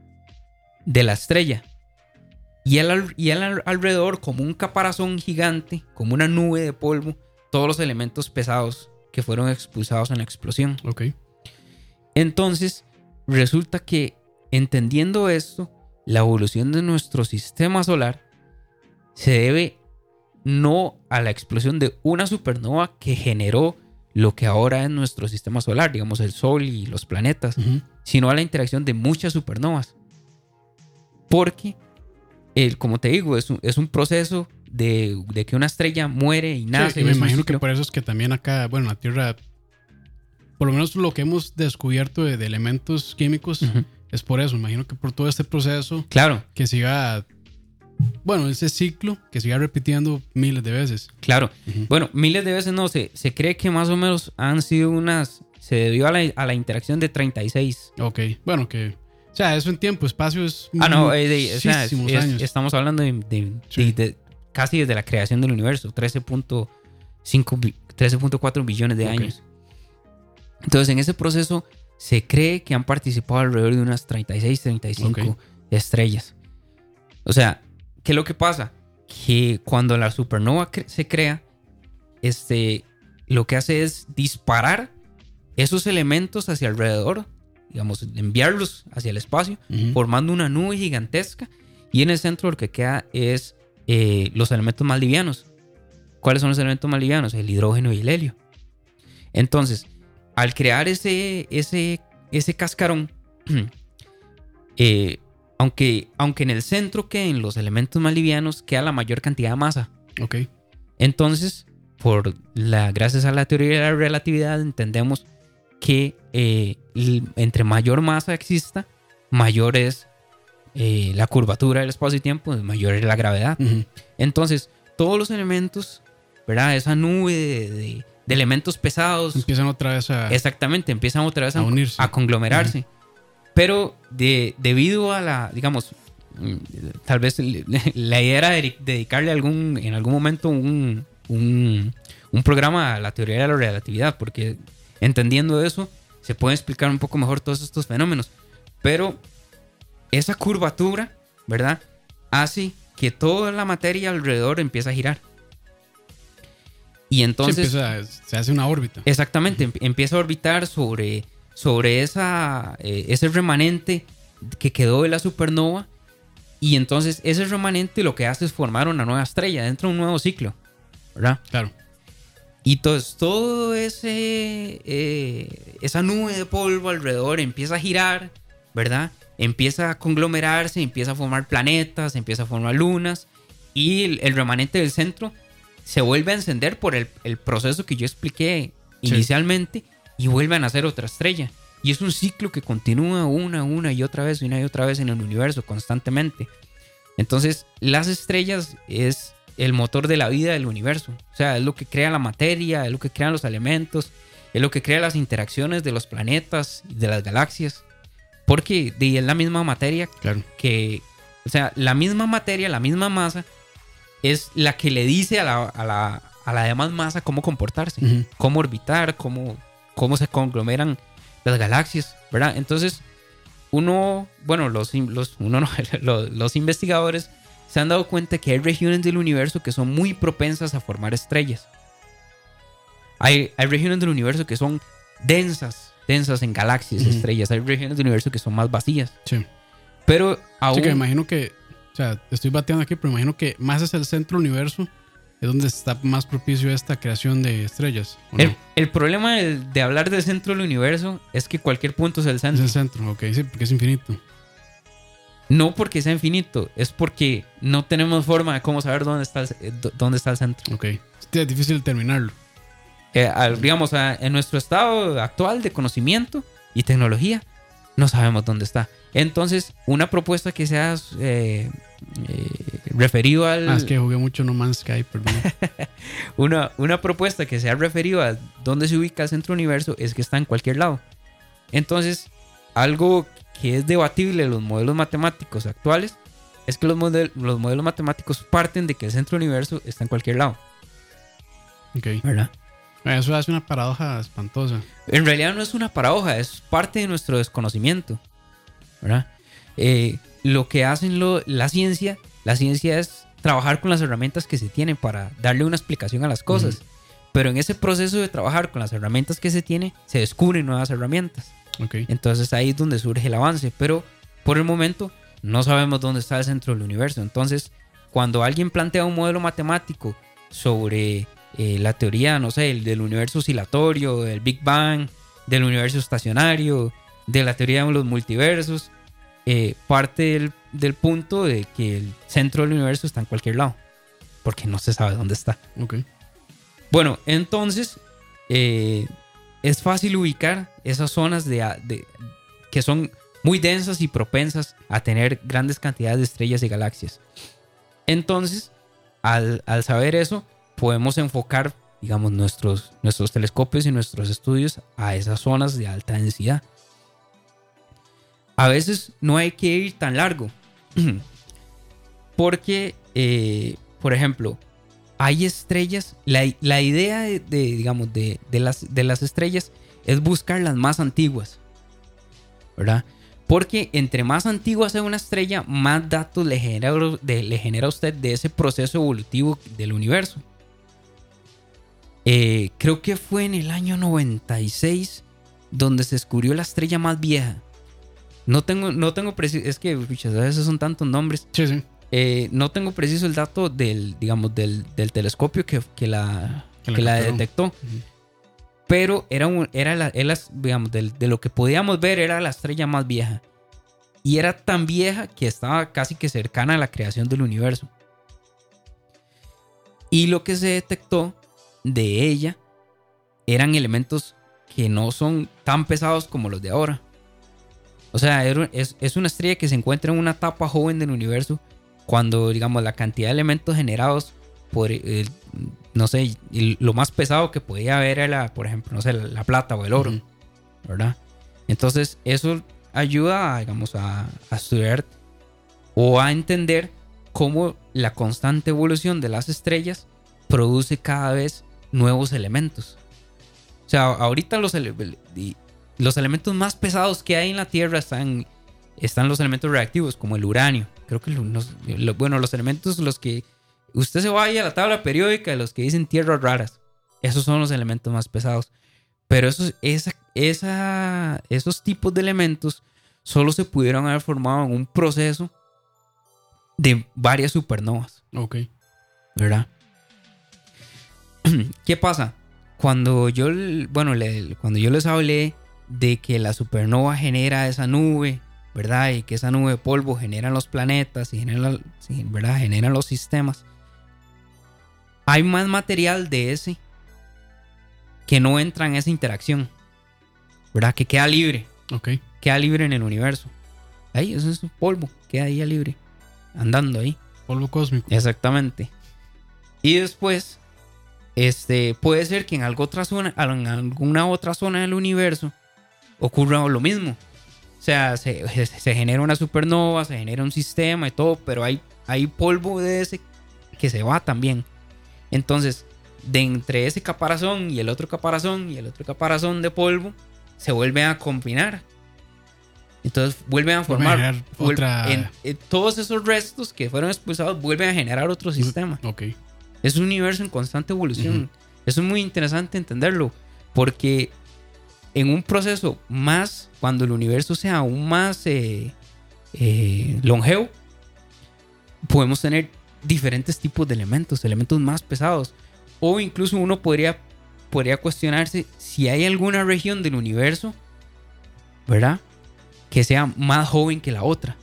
[SPEAKER 3] de la estrella. Y él, y él alrededor, como un caparazón gigante, como una nube de polvo, todos los elementos pesados que fueron expulsados en la explosión.
[SPEAKER 2] Ok.
[SPEAKER 3] Entonces, resulta que entendiendo esto, la evolución de nuestro sistema solar se debe no a la explosión de una supernova que generó lo que ahora es nuestro sistema solar, digamos el Sol y los planetas,
[SPEAKER 2] Uh-huh.
[SPEAKER 3] sino a la interacción de muchas supernovas. Porque, el, como te digo, es un, es un proceso de, de que una estrella muere y nace.
[SPEAKER 2] Sí, y me
[SPEAKER 3] es un
[SPEAKER 2] imagino
[SPEAKER 3] ciclo.
[SPEAKER 2] que por eso es que también acá, bueno, en la Tierra, por lo menos lo que hemos descubierto de, de elementos químicos,
[SPEAKER 3] Ujú.
[SPEAKER 2] es por eso. Me imagino que por todo este proceso
[SPEAKER 3] Claro,
[SPEAKER 2] que siga, bueno, ese ciclo que siga repitiendo miles de veces.
[SPEAKER 3] claro.
[SPEAKER 2] Ujú.
[SPEAKER 3] Bueno, miles de veces no. Se, se cree que más o menos han sido unas... Se debió a la, a la interacción de treinta y seis.
[SPEAKER 2] Ok, bueno, que, o sea, eso en tiempo, espacio es
[SPEAKER 3] Ah, no, eh, de- o sea, es-
[SPEAKER 2] muchísimos
[SPEAKER 3] es-
[SPEAKER 2] años.
[SPEAKER 3] estamos hablando de, de-
[SPEAKER 2] Sí.
[SPEAKER 3] de- de casi desde la creación del universo, trece punto cinco, bi- trece punto cuatro billones de
[SPEAKER 2] Ok.
[SPEAKER 3] años. Entonces, en ese proceso se cree que han participado alrededor de unas treinta y seis, treinta y cinco
[SPEAKER 2] Ok.
[SPEAKER 3] estrellas. O sea, ¿qué es lo que pasa? Que cuando la supernova cre- se crea, este, lo que hace es disparar esos elementos hacia alrededor, digamos, enviarlos hacia el espacio,
[SPEAKER 2] Ujú.
[SPEAKER 3] formando una nube gigantesca, y en el centro lo que queda es eh, los elementos más livianos. ¿Cuáles son los elementos más livianos? El hidrógeno y el helio. Entonces, al crear ese, ese, ese cascarón, eh, aunque, aunque en el centro queden los elementos más livianos, queda la mayor cantidad de masa.
[SPEAKER 2] Ok,
[SPEAKER 3] Entonces, por la, gracias a la teoría de la relatividad, entendemos que eh, l- entre mayor masa exista, mayor es eh, la curvatura del espacio y tiempo, mayor es la gravedad.
[SPEAKER 2] ujú.
[SPEAKER 3] Entonces, todos los elementos, ¿verdad? Esa nube de, de- de elementos pesados,
[SPEAKER 2] Empiezan otra vez a...
[SPEAKER 3] exactamente, empiezan otra vez a,
[SPEAKER 2] A unirse.
[SPEAKER 3] a conglomerarse. Pero de, debido a la, digamos, mm, tal vez l- la idea era de- dedicarle algún, en algún momento un, un, un programa a la teoría de la relatividad, porque entendiendo eso se puede explicar un poco mejor todos estos fenómenos. Pero esa curvatura, ¿verdad? Hace que toda la materia alrededor empiece a girar. Y
[SPEAKER 2] Sí,
[SPEAKER 3] entonces...
[SPEAKER 2] empieza- se hace una órbita.
[SPEAKER 3] Exactamente, em- empieza a orbitar sobre, sobre esa, eh, ese remanente que quedó de la supernova, y entonces ese remanente lo que hace es formar una nueva estrella dentro de un nuevo ciclo, ¿verdad?
[SPEAKER 2] Claro.
[SPEAKER 3] Y entonces todo ese eh, esa nube de polvo alrededor empieza a girar, ¿verdad? Empieza a conglomerarse, empieza a formar planetas, empieza a formar lunas, y el, el remanente del centro se vuelve a encender por el, el proceso que yo expliqué
[SPEAKER 2] Sí.
[SPEAKER 3] inicialmente, y vuelve a nacer otra estrella. Y es un ciclo que continúa una, una y otra vez, una y otra vez en el universo constantemente. Entonces, las estrellas es el motor de la vida del universo. O sea, es lo que crea la materia, es lo que crean los elementos, es lo que crea las interacciones de los planetas y de las galaxias. Porque de, es la misma materia
[SPEAKER 2] Claro.
[SPEAKER 3] que, o sea, la misma materia, la misma masa, es la que le dice a la, a la, a la demás masa cómo comportarse,
[SPEAKER 2] Ujú.
[SPEAKER 3] cómo orbitar, cómo, cómo se conglomeran las galaxias, ¿verdad? Entonces, uno, bueno, los, in- los, uno no, los, los investigadores se han dado cuenta que hay regiones del universo que son muy propensas a formar estrellas. Hay, hay regiones del universo que son densas, densas en galaxias,
[SPEAKER 2] Ujú.
[SPEAKER 3] estrellas. Hay regiones del universo que son más vacías.
[SPEAKER 2] Sí.
[SPEAKER 3] Pero aún...
[SPEAKER 2] Sí, que me imagino que, o sea, estoy bateando aquí, pero me imagino que más hacia el centro del universo es donde está más propicio a esta creación de estrellas. ¿o no?
[SPEAKER 3] El, el problema de, de hablar del centro del universo es que cualquier punto es el
[SPEAKER 2] Es
[SPEAKER 3] centro.
[SPEAKER 2] el centro, ok, sí, porque es infinito.
[SPEAKER 3] No porque sea infinito, es porque no tenemos forma de cómo saber dónde está el, eh, dó- dónde está el centro.
[SPEAKER 2] Ok. Es difícil determinarlo.
[SPEAKER 3] Eh, al- digamos, a- en nuestro estado actual de conocimiento y tecnología, no sabemos dónde está. Entonces, una propuesta que se ha eh, eh, referido al...
[SPEAKER 2] Ah, es que jugué mucho No Man's Sky, perdón.
[SPEAKER 3] una, una propuesta que se ha referido a dónde se ubica el centro universo es que está en cualquier lado. Entonces, algo que es debatible en los modelos matemáticos actuales es que los, model, los modelos matemáticos parten de que el centro universo está en cualquier lado.
[SPEAKER 2] Ok.
[SPEAKER 3] ¿Verdad?
[SPEAKER 2] Eso hace una paradoja espantosa.
[SPEAKER 3] En realidad no es una paradoja, es parte de nuestro desconocimiento. ¿Verdad? Eh, lo que hacen lo, la ciencia, la ciencia es trabajar con las herramientas que se tienen para darle una explicación a las cosas. Uh-huh. Pero en ese proceso de trabajar con las herramientas que se tiene, se descubren nuevas herramientas.
[SPEAKER 2] Okay.
[SPEAKER 3] Entonces ahí es donde surge el avance. Pero por el momento no sabemos dónde está el centro del universo. Entonces, cuando alguien plantea un modelo matemático sobre eh, la teoría, no sé, el del universo oscilatorio, del Big Bang, del universo estacionario, de la teoría de los multiversos, eh, parte del, del punto de que el centro del universo está en cualquier lado, porque no se sabe dónde está.
[SPEAKER 2] Okay.
[SPEAKER 3] Bueno, entonces eh, es fácil ubicar esas zonas de, de, que son muy densas y propensas a tener grandes cantidades de estrellas y galaxias. Entonces, al, al saber eso, podemos enfocar, digamos, nuestros, nuestros telescopios y nuestros estudios a esas zonas de alta densidad. A veces no hay que ir tan largo, porque, eh, por ejemplo, hay estrellas, la, la idea de, de digamos, de, de, las, de las estrellas es buscar las más antiguas, ¿verdad? Porque entre más antigua sea una estrella, más datos le genera, de, le genera a usted de ese proceso evolutivo del universo. Eh, creo que fue en el año noventa y seis donde se descubrió la estrella más vieja. No tengo, no tengo preciso, es que muchas veces son tantos nombres.
[SPEAKER 2] Sí, sí.
[SPEAKER 3] Eh, no tengo preciso el dato del, digamos, del, del telescopio que, que la, que la, que la detectó. Uh-huh. Pero era, un, era, la, era digamos, de, de lo que podíamos ver, era la estrella más vieja. Y era tan vieja que estaba casi que cercana a la creación del universo. Y lo que se detectó de ella eran elementos que no son tan pesados como los de ahora. O sea, es, es una estrella que se encuentra en una etapa joven del universo, cuando, digamos, la cantidad de elementos generados por, eh, no sé, lo más pesado que podía haber era, por ejemplo, no sé, la, la plata o el oro, uh-huh. ¿verdad? Entonces, eso ayuda, digamos, a, a estudiar o a entender cómo la constante evolución de las estrellas produce cada vez nuevos elementos. O sea, ahorita los, ele- los elementos más pesados que hay en la Tierra están, están los elementos reactivos, como el uranio. Creo que los, los, bueno, los elementos, los que usted se vaya a la tabla periódica de los que dicen tierras raras, esos son los elementos más pesados. Pero esos, esa, esa, esos tipos de elementos solo se pudieron haber formado en un proceso de varias supernovas.
[SPEAKER 2] Ok.
[SPEAKER 3] ¿Verdad? ¿Qué pasa? Cuando yo, bueno, le, cuando yo les hablé de que la supernova genera esa nube, ¿verdad? Y que esa nube de polvo genera los planetas y genera, ¿verdad? Generan los sistemas. Hay más material de ese que no entra en esa interacción, ¿verdad? Que queda libre.
[SPEAKER 2] Ok.
[SPEAKER 3] Queda libre en el universo. Ahí, eso es un polvo. Queda ahí libre. Andando ahí.
[SPEAKER 2] Polvo cósmico.
[SPEAKER 3] Exactamente. Y después, este, puede ser que en alguna otra zona, en alguna otra zona del universo ocurra lo mismo. O sea, se, se, se genera una supernova, se genera un sistema y todo, pero hay, hay polvo de ese que se va también. Entonces, de entre ese caparazón y el otro caparazón y el otro caparazón de polvo, se vuelven a combinar. Entonces vuelven a formar
[SPEAKER 2] otra...
[SPEAKER 3] en, en, todos esos restos que fueron expulsados vuelven a generar otro sistema.
[SPEAKER 2] Okay.
[SPEAKER 3] Es un universo en constante evolución. Uh-huh. Eso es muy interesante entenderlo, porque en un proceso más, cuando el universo sea aún más eh, eh, longevo, podemos tener diferentes tipos de elementos, elementos más pesados, o incluso uno podría, podría cuestionarse si hay alguna región del universo, ¿verdad?, que sea más joven que la otra.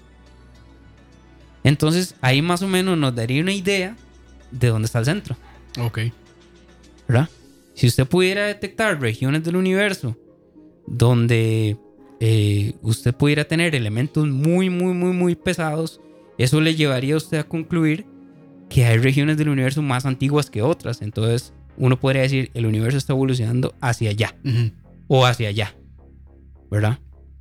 [SPEAKER 3] Entonces ahí más o menos nos daría una idea de dónde está el centro.
[SPEAKER 2] Ok.
[SPEAKER 3] ¿Verdad? Si usted pudiera detectar regiones del universo donde eh, usted pudiera tener elementos muy, muy, muy, muy pesados, eso le llevaría a usted a concluir que hay regiones del universo más antiguas que otras. Entonces uno podría decir el universo está evolucionando hacia allá uh-huh. o hacia allá, ¿verdad?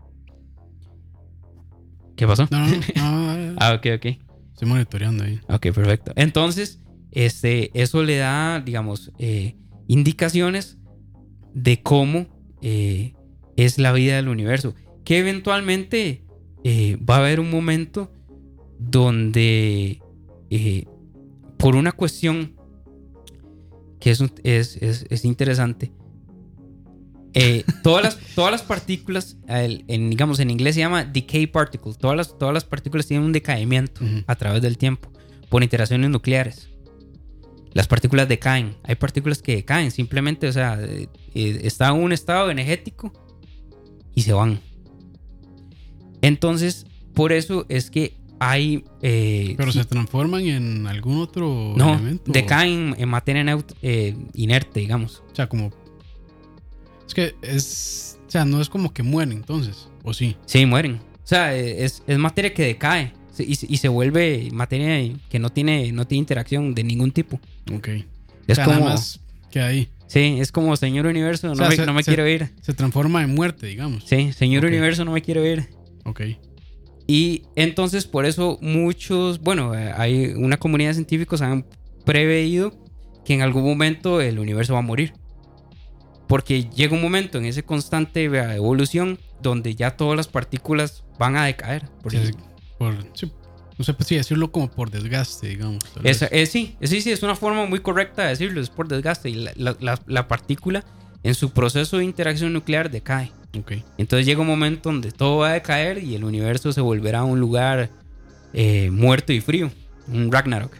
[SPEAKER 3] ¿Qué pasó?
[SPEAKER 2] No, no, no.
[SPEAKER 3] ah, ok, ok.
[SPEAKER 2] Estoy monitoreando ahí.
[SPEAKER 3] Ok, perfecto. Entonces, este, eso le da, digamos, eh, indicaciones de cómo eh, es la vida del universo. Que eventualmente eh, va a haber un momento donde, eh, por una cuestión que es, es, es, es interesante, eh, todas, las, todas las partículas, el, en, digamos, en inglés se llama decay particle, todas las, todas las partículas tienen un decaimiento uh-huh. a través del tiempo por interacciones nucleares. Las partículas decaen, hay partículas que decaen simplemente, o sea, eh, eh, está en un estado energético y se van. Entonces, por eso es que hay... Eh,
[SPEAKER 2] ¿Pero se transforman en algún otro
[SPEAKER 3] no,
[SPEAKER 2] elemento?
[SPEAKER 3] No, decaen en materia neut- eh, inerte, digamos.
[SPEAKER 2] O sea, como... Es que es... O sea, no es como que mueren entonces, ¿o sí?
[SPEAKER 3] Sí, mueren. O sea, es, es materia que decae y, y se vuelve materia que no tiene, no tiene interacción de ningún tipo.
[SPEAKER 2] Ok.
[SPEAKER 3] Es
[SPEAKER 2] o sea,
[SPEAKER 3] como...
[SPEAKER 2] nada más que ahí.
[SPEAKER 3] Sí, es como señor universo, no, o sea, me,
[SPEAKER 2] se,
[SPEAKER 3] no me
[SPEAKER 2] se,
[SPEAKER 3] quiero ir.
[SPEAKER 2] Se transforma en muerte, digamos.
[SPEAKER 3] Sí, señor
[SPEAKER 2] okay.
[SPEAKER 3] universo, no me quiero ir.
[SPEAKER 2] Ok.
[SPEAKER 3] Y entonces por eso muchos, bueno, hay una comunidad de científicos han preveído que en algún momento el universo va a morir. Porque llega un momento en esa constante evolución donde ya todas las partículas van a decaer. Por
[SPEAKER 2] sí, por, sí, no sé si decirlo como por desgaste, digamos.
[SPEAKER 3] Esa, eh, sí, sí, sí, es una forma muy correcta de decirlo, es por desgaste. Y la, la, la, la partícula en su proceso de interacción nuclear decae.
[SPEAKER 2] Okay.
[SPEAKER 3] Entonces llega un momento donde todo va a decaer y el universo se volverá un lugar eh, muerto y frío. Un Ragnarok.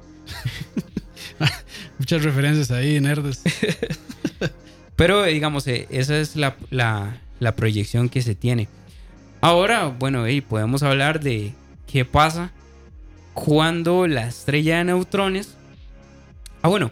[SPEAKER 2] Muchas referencias ahí, nerds.
[SPEAKER 3] Pero digamos, eh, esa es la, la, la proyección que se tiene. Ahora, bueno, eh, podemos hablar de qué pasa cuando la estrella de neutrones... Ah, bueno.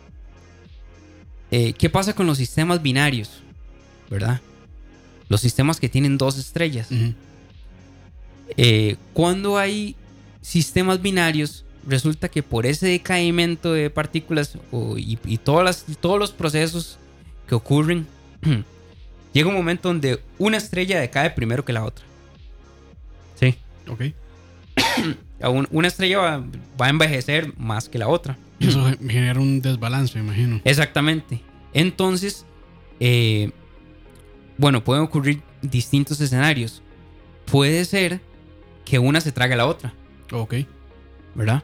[SPEAKER 3] Eh, ¿Qué pasa con los sistemas binarios? ¿Verdad? Los sistemas que tienen dos estrellas. Uh-huh. Eh, cuando hay sistemas binarios, resulta que por ese decaimiento de partículas oh, y, y todas las, todos los procesos que ocurren, llega un momento donde una estrella decae primero que la otra. Sí.
[SPEAKER 2] Ok.
[SPEAKER 3] Una estrella va, va a envejecer más que la otra.
[SPEAKER 2] Y eso genera un desbalance, me imagino.
[SPEAKER 3] Exactamente. Entonces, eh, bueno, pueden ocurrir distintos escenarios. Puede ser que una se trague a la otra.
[SPEAKER 2] Ok.
[SPEAKER 3] ¿Verdad?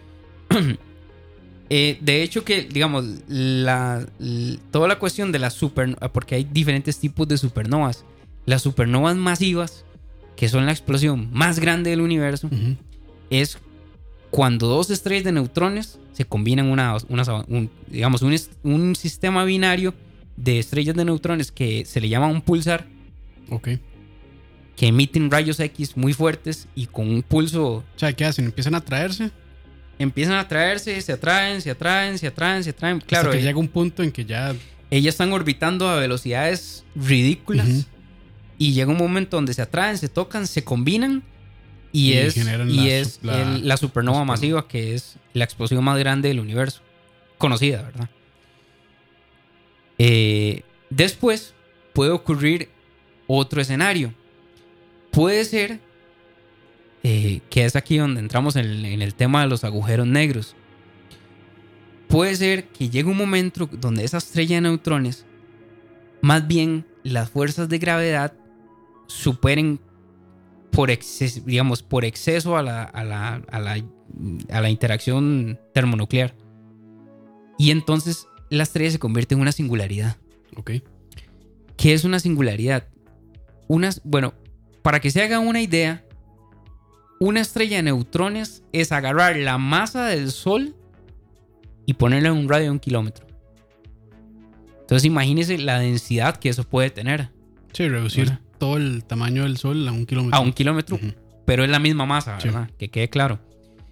[SPEAKER 3] eh, de hecho que, digamos, la, la, toda la cuestión de las supernovas, porque hay diferentes tipos de supernovas. Las supernovas masivas, que son la explosión más grande del universo, uh-huh. es cuando dos estrellas de neutrones se combinan una, una, un, digamos, un, un sistema binario de estrellas de neutrones que se le llama un pulsar.
[SPEAKER 2] Ok.
[SPEAKER 3] Que emiten rayos X muy fuertes y con un pulso...
[SPEAKER 2] O sea, ¿qué hacen? ¿Empiezan a atraerse?
[SPEAKER 3] Empiezan a atraerse, se atraen, se atraen, se atraen, se atraen. Claro,
[SPEAKER 2] hasta que
[SPEAKER 3] eh,
[SPEAKER 2] llega un punto en que ya...
[SPEAKER 3] Ellas están orbitando a velocidades ridículas. Uh-huh. Y llega un momento donde se atraen, se tocan, se combinan. Y, y es, y la, es la, el, la supernova la masiva, que es la explosión más grande del universo. Conocida, ¿verdad? Eh, después puede ocurrir otro escenario. Puede ser eh, que es aquí donde entramos en, en el tema de los agujeros negros. Puede ser que llegue un momento donde esa estrella de neutrones, más bien las fuerzas de gravedad superen por exceso, digamos, por exceso a la, a la, a la, a la interacción termonuclear. Y entonces la estrella se convierte en una singularidad.
[SPEAKER 2] Ok.
[SPEAKER 3] ¿Qué es una singularidad? Unas, bueno, para que se hagan una idea, una estrella de neutrones es agarrar la masa del Sol y ponerla en un radio de un kilómetro. Entonces imagínense la densidad que eso puede tener.
[SPEAKER 2] Sí, reducir ¿verdad? Todo el tamaño del Sol a un kilómetro.
[SPEAKER 3] A un kilómetro, uh-huh. Pero es la misma masa, ¿verdad? Sí. Que quede claro.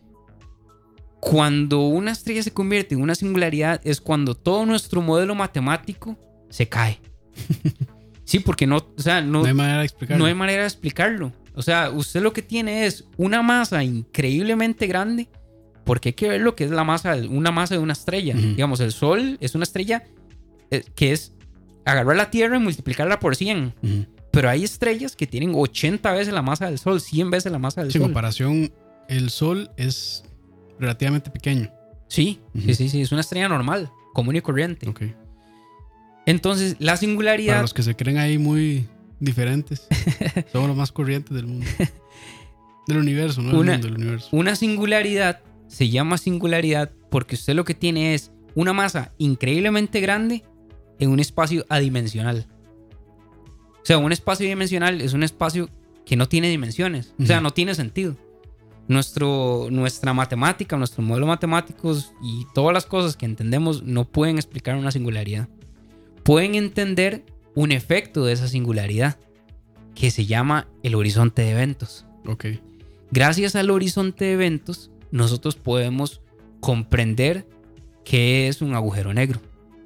[SPEAKER 3] Cuando una estrella se convierte en una singularidad es cuando todo nuestro modelo matemático se cae. Sí, porque no, o sea, no,
[SPEAKER 2] no hay manera de explicarlo.
[SPEAKER 3] No hay manera de explicarlo. O sea, usted lo que tiene es una masa increíblemente grande, porque hay que ver lo que es la masa, una masa de una estrella. Uh-huh. Digamos, el Sol es una estrella eh, que es agarrar la Tierra y multiplicarla por cien. Uh-huh. Pero hay estrellas que tienen ochenta veces la masa del Sol, cien veces la masa del
[SPEAKER 2] sí,
[SPEAKER 3] Sol.
[SPEAKER 2] En comparación, el Sol es relativamente pequeño.
[SPEAKER 3] Sí, uh-huh. sí, sí, sí. Es una estrella normal, común y corriente.
[SPEAKER 2] Okay.
[SPEAKER 3] Entonces, la singularidad...
[SPEAKER 2] Para los que se creen ahí muy diferentes, somos los más corrientes del mundo. Del universo, ¿no? Del
[SPEAKER 3] Una,
[SPEAKER 2] mundo, del universo.
[SPEAKER 3] Una singularidad se llama singularidad porque usted lo que tiene es una masa increíblemente grande en un espacio adimensional. O sea, un espacio adimensional es un espacio que no tiene dimensiones. Uh-huh. O sea, no tiene sentido. Nuestro, nuestra matemática, nuestros modelos matemáticos y todas las cosas que entendemos no pueden explicar una singularidad. Pueden entender un efecto de esa singularidad que se llama el horizonte de eventos.
[SPEAKER 2] Okay.
[SPEAKER 3] Gracias al horizonte de eventos, nosotros podemos comprender qué es un agujero negro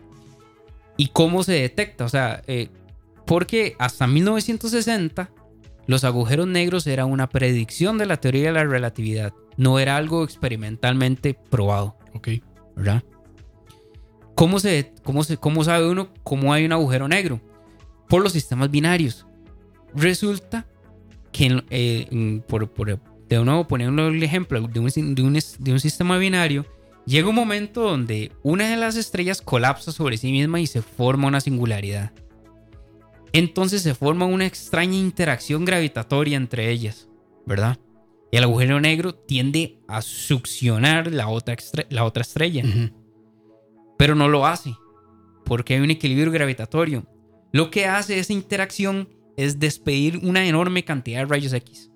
[SPEAKER 3] y cómo se detecta. O sea, eh, porque hasta mil novecientos sesenta los agujeros negros era una predicción de la teoría de la relatividad, no era algo experimentalmente probado.
[SPEAKER 2] Ok.
[SPEAKER 3] ¿Verdad? ¿Cómo, se, cómo, se, ¿Cómo sabe uno cómo hay un agujero negro? Por los sistemas binarios. Resulta que, eh, por, por, de nuevo, poniendo el ejemplo de un, de, un, de un sistema binario, llega un momento donde una de las estrellas colapsa sobre sí misma y se forma una singularidad. Entonces se forma una extraña interacción gravitatoria entre ellas, ¿verdad? Y el agujero negro tiende a succionar la otra, estre- la otra estrella. Uh-huh. Pero no lo hace, porque hay un equilibrio gravitatorio. Lo que hace esa interacción es despedir una enorme cantidad de rayos X.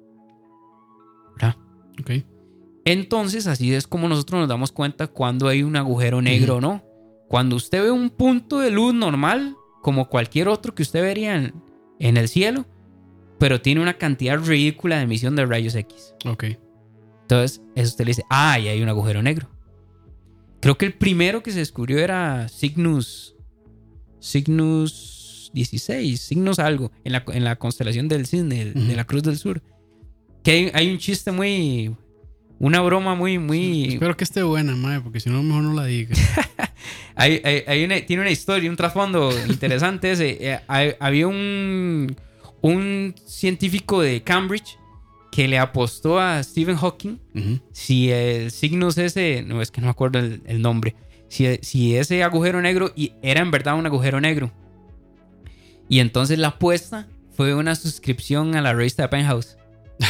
[SPEAKER 3] ¿Verdad?
[SPEAKER 2] Ok.
[SPEAKER 3] Entonces, así es como nosotros nos damos cuenta cuando hay un agujero negro uh-huh. o no. Cuando usted ve un punto de luz normal, como cualquier otro que usted vería en, en el cielo, pero tiene una cantidad ridícula de emisión de rayos X.
[SPEAKER 2] Ok.
[SPEAKER 3] Entonces, eso usted le dice, ah, ahí hay un agujero negro. Creo que el primero que se descubrió era Cygnus... Cygnus dieciséis, Cygnus algo, en la, en la constelación del Cisne, uh-huh. de la Cruz del Sur. Que hay, hay un chiste muy... Una broma muy... muy...
[SPEAKER 2] Sí, espero que esté buena, mae, porque si no, mejor no la diga.
[SPEAKER 3] hay, hay, hay una, tiene una historia, un trasfondo interesante ese. Eh, hay, había un, un científico de Cambridge que le apostó a Stephen Hawking uh-huh. si el Cygnus ese... No, es que no me acuerdo el, el nombre. Si, si ese agujero negro y era en verdad un agujero negro. Y entonces la apuesta fue una suscripción a la revista de Penthouse.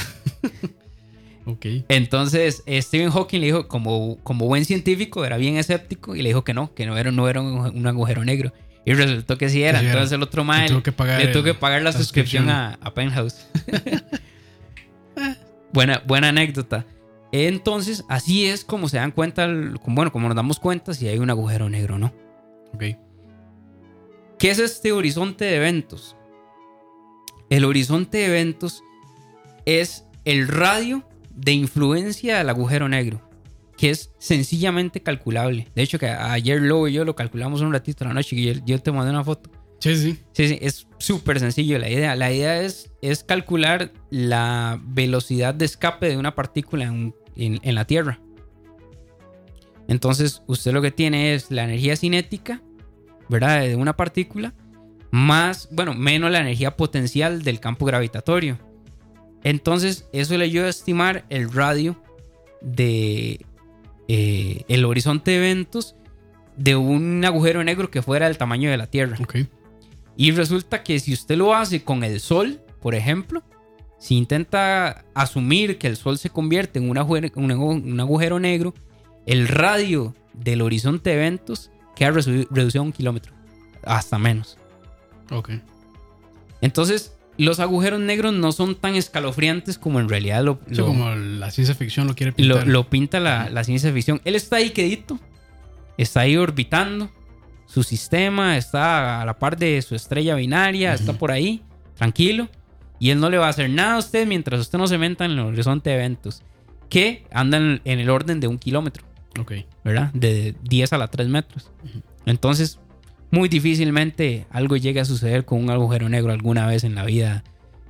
[SPEAKER 2] Ok.
[SPEAKER 3] Entonces Stephen Hawking le dijo, como, como buen científico, era bien escéptico y le dijo que no, que no era, no era un, un agujero negro. Y resultó que sí era. Sí, entonces era. El otro man le tuvo que pagar, le tuvo que pagar la, la suscripción, suscripción a, a Penthouse. buena, buena anécdota. Entonces, así es como se dan cuenta, bueno, como nos damos cuenta si hay un agujero negro o no.
[SPEAKER 2] Ok.
[SPEAKER 3] ¿Qué es este horizonte de eventos? El horizonte de eventos es el radio de influencia del agujero negro, que es sencillamente calculable. De hecho, que ayer Lobo y yo lo calculamos un ratito a la noche y yo, yo te mandé una foto.
[SPEAKER 2] Sí, sí.
[SPEAKER 3] Sí, sí, es súper sencillo la idea. La idea es, es calcular la velocidad de escape de una partícula en, en, en la Tierra. Entonces, usted lo que tiene es la energía cinética, ¿verdad?, de una partícula, más, bueno, menos la energía potencial del campo gravitatorio. Entonces, eso le ayuda a estimar el radio de eh, el horizonte de eventos de un agujero negro que fuera del tamaño de la Tierra.
[SPEAKER 2] Okay.
[SPEAKER 3] Y resulta que si usted lo hace con el Sol, por ejemplo, si intenta asumir que el Sol se convierte en un agujero, un agujero negro, el radio del horizonte de eventos queda reducido a un kilómetro, hasta menos.
[SPEAKER 2] Ok.
[SPEAKER 3] Entonces, los agujeros negros no son tan escalofriantes como en realidad lo...
[SPEAKER 2] Sí,
[SPEAKER 3] lo
[SPEAKER 2] como la ciencia ficción lo quiere pintar.
[SPEAKER 3] Lo, lo pinta la, la ciencia ficción. Él está ahí quedito, está ahí orbitando su sistema, está a la par de su estrella binaria, uh-huh. está por ahí, tranquilo, y él no le va a hacer nada a usted mientras usted no se meta en el horizonte de eventos, que andan en el orden de un kilómetro.
[SPEAKER 2] Ok.
[SPEAKER 3] ¿Verdad? De diez a la tres metros. Uh-huh. Entonces, muy difícilmente algo llegue a suceder con un agujero negro alguna vez en la vida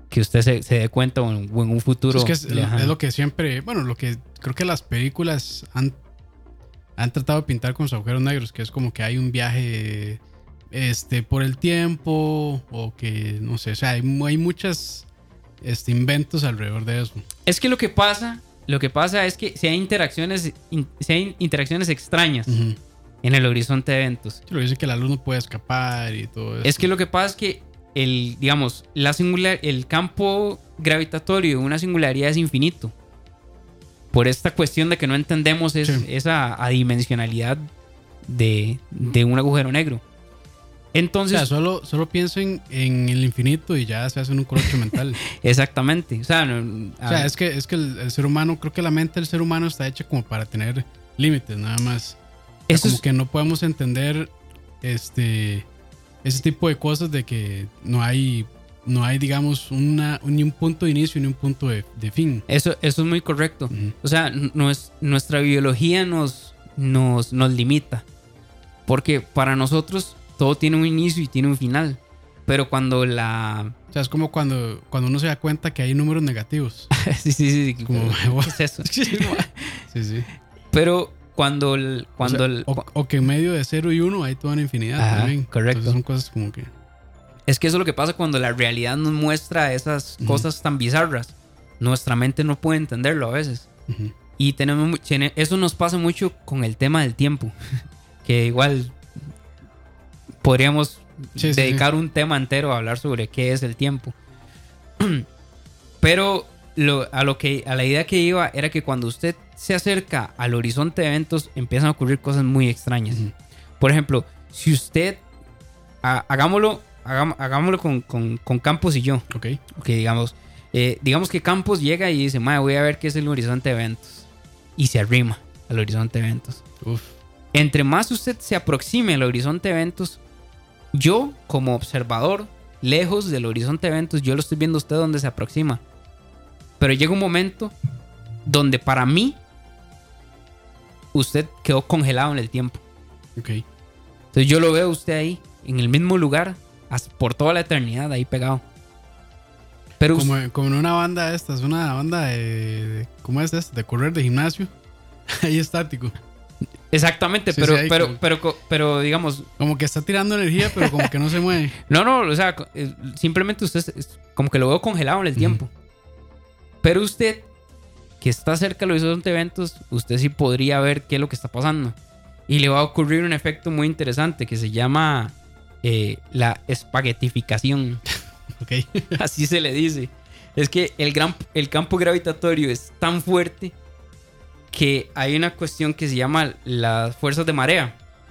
[SPEAKER 3] que usted se, se dé cuenta o en, o en un futuro.
[SPEAKER 2] Es que es,
[SPEAKER 3] lejano.
[SPEAKER 2] es lo que siempre, bueno, lo que creo que las películas han, han tratado de pintar con los agujeros negros, que es como que hay un viaje este, por el tiempo o que, no sé, o sea, hay, hay muchas este, inventos alrededor de eso.
[SPEAKER 3] Es que lo que pasa, lo que pasa es que si hay interacciones, in, si hay interacciones extrañas uh-huh. en el horizonte de eventos.
[SPEAKER 2] Lo dice que la luz no puede escapar y todo eso.
[SPEAKER 3] Es que lo que pasa es que el, digamos, la singular, el campo gravitatorio de una singularidad es infinito. Por esta cuestión de que no entendemos es, sí. esa adimensionalidad de, de un agujero negro. Entonces,
[SPEAKER 2] o sea, solo, solo piensen en el infinito y ya se hacen un colocho mental.
[SPEAKER 3] Exactamente. O sea, no,
[SPEAKER 2] o sea es que, es que el, el ser humano, creo que la mente del ser humano está hecha como para tener límites, nada más. O sea, Eso como es... que no podemos entender este... ese tipo de cosas de que no hay, no hay digamos, una, ni un punto de inicio ni un punto de, de fin.
[SPEAKER 3] Eso, eso es muy correcto. Uh-huh. O sea, no es, nuestra biología nos, nos, nos limita. Porque para nosotros todo tiene un inicio y tiene un final. Pero cuando la...
[SPEAKER 2] O sea, es como cuando, cuando uno se da cuenta que hay números negativos.
[SPEAKER 3] sí, sí, sí.
[SPEAKER 2] Como,
[SPEAKER 3] ¿qué es eso?
[SPEAKER 2] sí, sí.
[SPEAKER 3] Pero... Cuando el, cuando
[SPEAKER 2] o, sea,
[SPEAKER 3] el,
[SPEAKER 2] o, o que en medio de cero y uno hay toda una infinidad.
[SPEAKER 3] Ajá,
[SPEAKER 2] también.
[SPEAKER 3] Correcto.
[SPEAKER 2] Entonces son cosas como que...
[SPEAKER 3] Es que eso es lo que pasa cuando la realidad nos muestra esas uh-huh. cosas tan bizarras. Nuestra mente no puede entenderlo a veces. Uh-huh. Y tenemos eso nos pasa mucho con el tema del tiempo. Que igual podríamos sí, dedicar sí, sí. un tema entero a hablar sobre qué es el tiempo. Pero lo, a, lo que, a la idea que iba era que cuando usted se acerca al horizonte de eventos, empiezan a ocurrir cosas muy extrañas. Uh-huh. Por ejemplo, si usted, a, hagámoslo, hagam, hagámoslo con, con, con Campos y yo.
[SPEAKER 2] Ok.
[SPEAKER 3] Ok, digamos, eh, digamos que Campos llega y dice, madre, voy a ver qué es el horizonte de eventos. Y se arrima al horizonte de eventos.
[SPEAKER 2] Uf.
[SPEAKER 3] Entre más usted se aproxime al horizonte de eventos, yo, como observador, lejos del horizonte de eventos, yo lo estoy viendo a usted donde se aproxima. Pero llega un momento donde para mí usted quedó congelado en el tiempo.
[SPEAKER 2] Ok.
[SPEAKER 3] Entonces yo lo veo a usted ahí, en el mismo lugar, por toda la eternidad, ahí pegado. Pero
[SPEAKER 2] como,
[SPEAKER 3] usted,
[SPEAKER 2] como en una banda esta, es una banda de, de ¿cómo es esto? De correr, de gimnasio. Ahí estático.
[SPEAKER 3] Exactamente, sí, pero, sí, pero, como, pero, pero, pero digamos...
[SPEAKER 2] Como que está tirando energía, pero como que no se mueve.
[SPEAKER 3] No, no, o sea, simplemente usted como que lo veo congelado en el tiempo. Uh-huh. Pero usted, que está cerca del horizonte de eventos, usted sí podría ver qué es lo que está pasando. Y le va a ocurrir un efecto muy interesante que se llama eh, la espaguetificación.
[SPEAKER 2] Ok.
[SPEAKER 3] Así se le dice. Es que el, gran, el campo gravitatorio es tan fuerte que hay una cuestión que se llama las fuerzas de marea.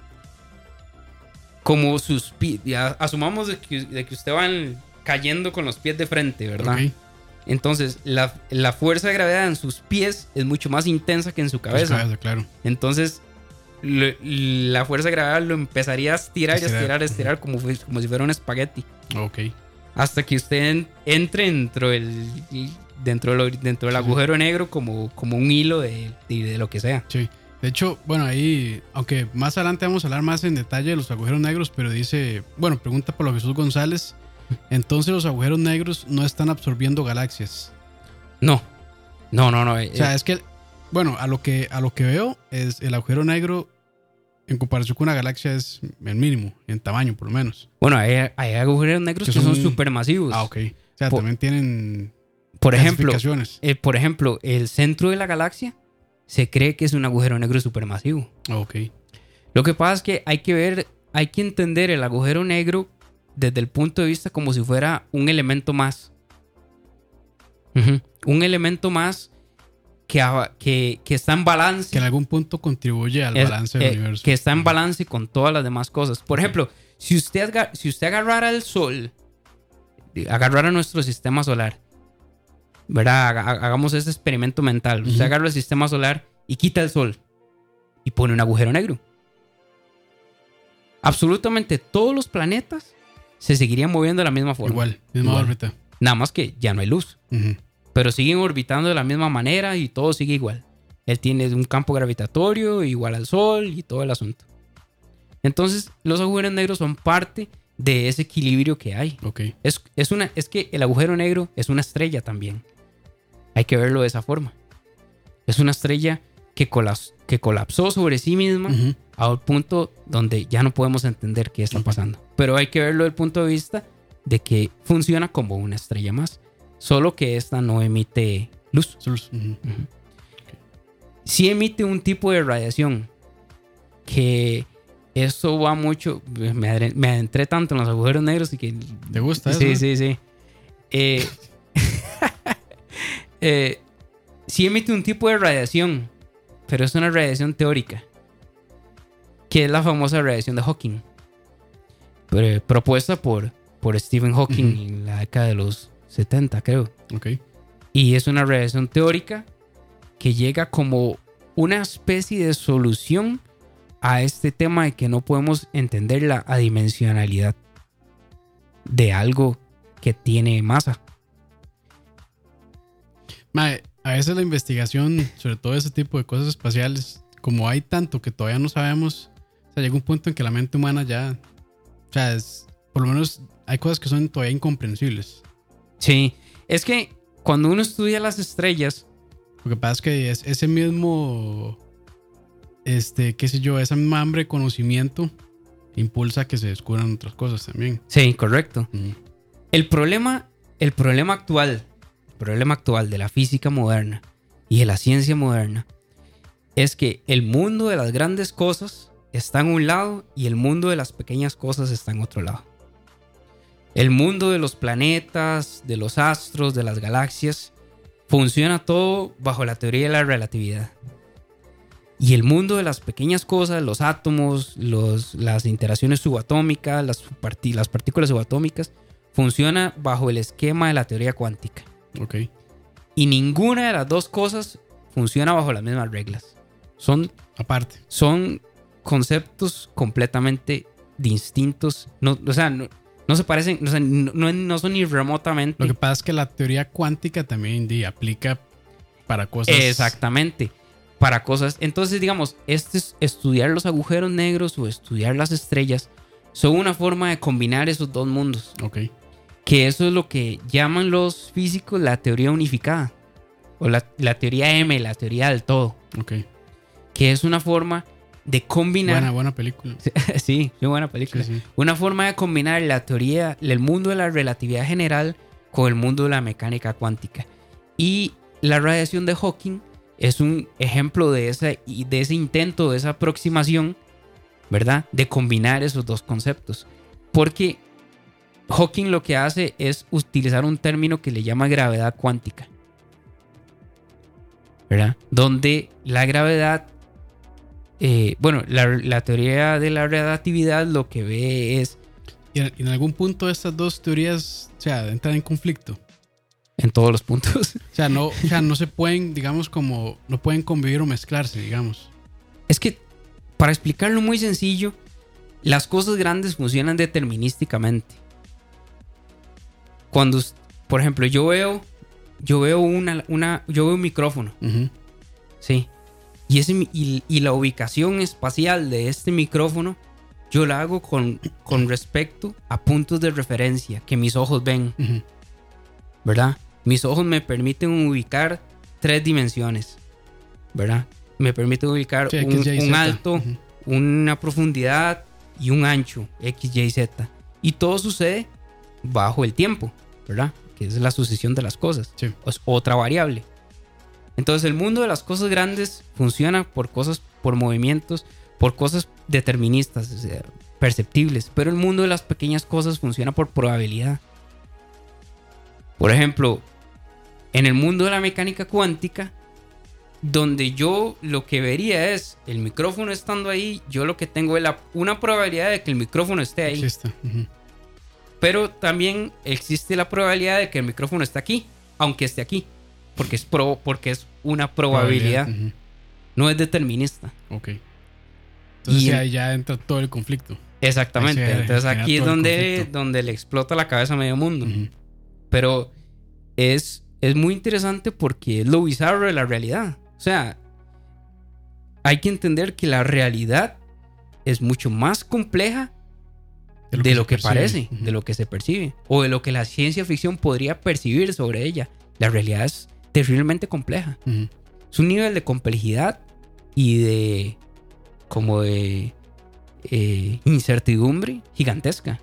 [SPEAKER 3] Como sus pies, asumamos de que, de que usted va cayendo con los pies de frente, ¿verdad? Okay. Entonces la, la fuerza de gravedad en sus pies es mucho más intensa que en su cabeza.
[SPEAKER 2] Su cabeza, claro.
[SPEAKER 3] Entonces lo, la fuerza de gravedad lo empezaría a estirar, estirar. y a estirar, a estirar uh-huh. como, como si fuera un espagueti.
[SPEAKER 2] Ok.
[SPEAKER 3] Hasta que usted entre dentro del... Dentro del, dentro del agujero sí. negro como, como un hilo de, de, de lo que sea.
[SPEAKER 2] Sí. De hecho, bueno, ahí, aunque más adelante vamos a hablar más en detalle de los agujeros negros, pero dice, bueno, pregunta por lo Jesús González, entonces los agujeros negros no están absorbiendo galaxias.
[SPEAKER 3] No, no, no, no.
[SPEAKER 2] O sea, eh, es que, bueno, a lo que, a lo que veo, es el agujero negro en comparación con una galaxia es el mínimo, en tamaño por lo menos.
[SPEAKER 3] Bueno, hay, hay agujeros negros que, que son supermasivos.
[SPEAKER 2] Ah, ok. O sea, por, también tienen...
[SPEAKER 3] Por ejemplo, eh, por ejemplo, el centro de la galaxia se cree que es un agujero negro supermasivo.
[SPEAKER 2] Ok.
[SPEAKER 3] Lo que pasa es que hay que ver, hay que entender el agujero negro desde el punto de vista como si fuera un elemento más. Uh-huh. Un elemento más que, que, que está en balance.
[SPEAKER 2] Que en algún punto contribuye al es, balance del
[SPEAKER 3] eh,
[SPEAKER 2] universo.
[SPEAKER 3] Que está en balance con todas las demás cosas. Por ejemplo, si usted, si usted agarrara el Sol, agarrara nuestro sistema solar, ¿verdad? Hagamos ese experimento mental. Uh-huh. Usted agarra el sistema solar y quita el Sol y pone un agujero negro. Absolutamente todos los planetas se seguirían moviendo de la misma forma.
[SPEAKER 2] Igual, misma
[SPEAKER 3] igual.
[SPEAKER 2] órbita.
[SPEAKER 3] Nada más que ya no hay luz.
[SPEAKER 2] Uh-huh.
[SPEAKER 3] Pero siguen orbitando de la misma manera y todo sigue igual. Él tiene un campo gravitatorio igual al Sol y todo el asunto. Entonces, los agujeros negros son parte de ese equilibrio que hay.
[SPEAKER 2] Okay.
[SPEAKER 3] Es, es, una, es que el agujero negro es una estrella también. Hay que verlo de esa forma. Es una estrella que, colas, que colapsó sobre sí misma uh-huh. a un punto donde ya no podemos entender qué está pasando. Uh-huh. Pero hay que verlo desde el punto de vista de que funciona como una estrella más. Solo que esta no emite luz.
[SPEAKER 2] luz. Uh-huh.
[SPEAKER 3] Uh-huh. Okay. Sí emite un tipo de radiación que eso va mucho. Me, adre, me adentré tanto en los agujeros negros y que.
[SPEAKER 2] ¿Te gusta
[SPEAKER 3] sí,
[SPEAKER 2] eso?
[SPEAKER 3] Sí, sí, sí. Eh, eh, sí emite un tipo de radiación, pero es una radiación teórica, que es la famosa radiación de Hawking, pero, propuesta por, por Stephen Hawking uh-huh. en la década de los setenta, creo.
[SPEAKER 2] Okay.
[SPEAKER 3] Y es una radiación teórica que llega como una especie de solución a este tema de que no podemos entender la adimensionalidad de algo que tiene masa.
[SPEAKER 2] Mae, a veces la investigación, sobre todo ese tipo de cosas espaciales, como hay tanto que todavía no sabemos, o sea, llega un punto en que la mente humana ya, o sea, es, por lo menos hay cosas que son todavía incomprensibles.
[SPEAKER 3] Sí, es que cuando uno estudia las estrellas,
[SPEAKER 2] lo que pasa es que es ese mismo, este, qué sé yo, esa misma hambre de conocimiento impulsa a que se descubran otras cosas también.
[SPEAKER 3] Sí, correcto.
[SPEAKER 2] Uh-huh.
[SPEAKER 3] El problema, el problema actual, el problema actual de la física moderna y de la ciencia moderna es que el mundo de las grandes cosas está en un lado y el mundo de las pequeñas cosas está en otro lado. El mundo de los planetas, de los astros, de las galaxias, funciona todo bajo la teoría de la relatividad. Y el mundo de las pequeñas cosas, los átomos, los, las interacciones subatómicas, las, part- las partículas subatómicas, funciona bajo el esquema de la teoría cuántica.
[SPEAKER 2] Okay.
[SPEAKER 3] Y ninguna de las dos cosas funciona bajo las mismas reglas. Son,
[SPEAKER 2] aparte.
[SPEAKER 3] Son conceptos completamente distintos. No, o sea, no, no se parecen, o sea, no, no, no son ni remotamente.
[SPEAKER 2] Lo que pasa es que la teoría cuántica también di, aplica para cosas.
[SPEAKER 3] Exactamente. Para cosas. Entonces, digamos, este es estudiar los agujeros negros o estudiar las estrellas son una forma de combinar esos dos mundos.
[SPEAKER 2] Ok.
[SPEAKER 3] Que eso es lo que llaman los físicos la teoría unificada. O la, la teoría M, la teoría del todo.
[SPEAKER 2] Ok.
[SPEAKER 3] Que es una forma de combinar.
[SPEAKER 2] Buena, buena película.
[SPEAKER 3] Sí, muy buena película.
[SPEAKER 2] Sí, sí.
[SPEAKER 3] Una forma de combinar la teoría, el mundo de la relatividad general con el mundo de la mecánica cuántica. Y la radiación de Hawking es un ejemplo de ese, de ese intento, de esa aproximación, ¿verdad? De combinar esos dos conceptos. Porque Hawking lo que hace es utilizar un término que le llama gravedad cuántica, ¿verdad? Donde la gravedad, eh, bueno, la, la teoría de la relatividad lo que ve es...
[SPEAKER 2] Y en algún punto estas dos teorías, o sea, entran en conflicto.
[SPEAKER 3] En todos los puntos.
[SPEAKER 2] O sea, no, o sea, no se pueden, digamos, como... No pueden convivir o mezclarse, digamos.
[SPEAKER 3] Es que, para explicarlo muy sencillo, las cosas grandes funcionan determinísticamente. Cuando, por ejemplo, yo veo... Yo veo una... una yo veo un micrófono.
[SPEAKER 2] Uh-huh.
[SPEAKER 3] Sí. Y, ese, y, y la ubicación espacial de este micrófono, yo la hago con, con respecto a puntos de referencia que mis ojos ven.
[SPEAKER 2] Uh-huh.
[SPEAKER 3] ¿Verdad? Mis ojos me permiten ubicar tres dimensiones, ¿verdad? Me permiten ubicar sí, un, X, Y, un alto, uh-huh. una profundidad y un ancho, X, Y, Z. Y todo sucede bajo el tiempo, ¿verdad? Que es la sucesión de las cosas.
[SPEAKER 2] Sí.
[SPEAKER 3] Es otra variable. Entonces el mundo de las cosas grandes funciona por cosas, por movimientos, por cosas deterministas, o sea, perceptibles. Pero el mundo de las pequeñas cosas funciona por probabilidad. Por ejemplo, en el mundo de la mecánica cuántica, donde yo lo que vería es el micrófono estando ahí, yo lo que tengo es la, una probabilidad de que el micrófono esté ahí.
[SPEAKER 2] Existe. Uh-huh.
[SPEAKER 3] Pero también existe la probabilidad de que el micrófono esté aquí, aunque esté aquí, porque es, pro, porque es una probabilidad. probabilidad. Uh-huh. No es determinista.
[SPEAKER 2] Ok. Entonces
[SPEAKER 3] y
[SPEAKER 2] ya, ya entra todo el conflicto.
[SPEAKER 3] Exactamente. Se, Entonces aquí es donde, donde le explota la cabeza a medio mundo. Uh-huh. Pero es, es muy interesante porque es lo bizarro de la realidad. O sea, hay que entender que la realidad es mucho más compleja de lo que, de lo que parece, uh-huh. de lo que se percibe, o de lo que la ciencia ficción podría percibir sobre ella. La realidad es terriblemente compleja. Uh-huh. Es un nivel de complejidad y de como de eh, incertidumbre gigantesca.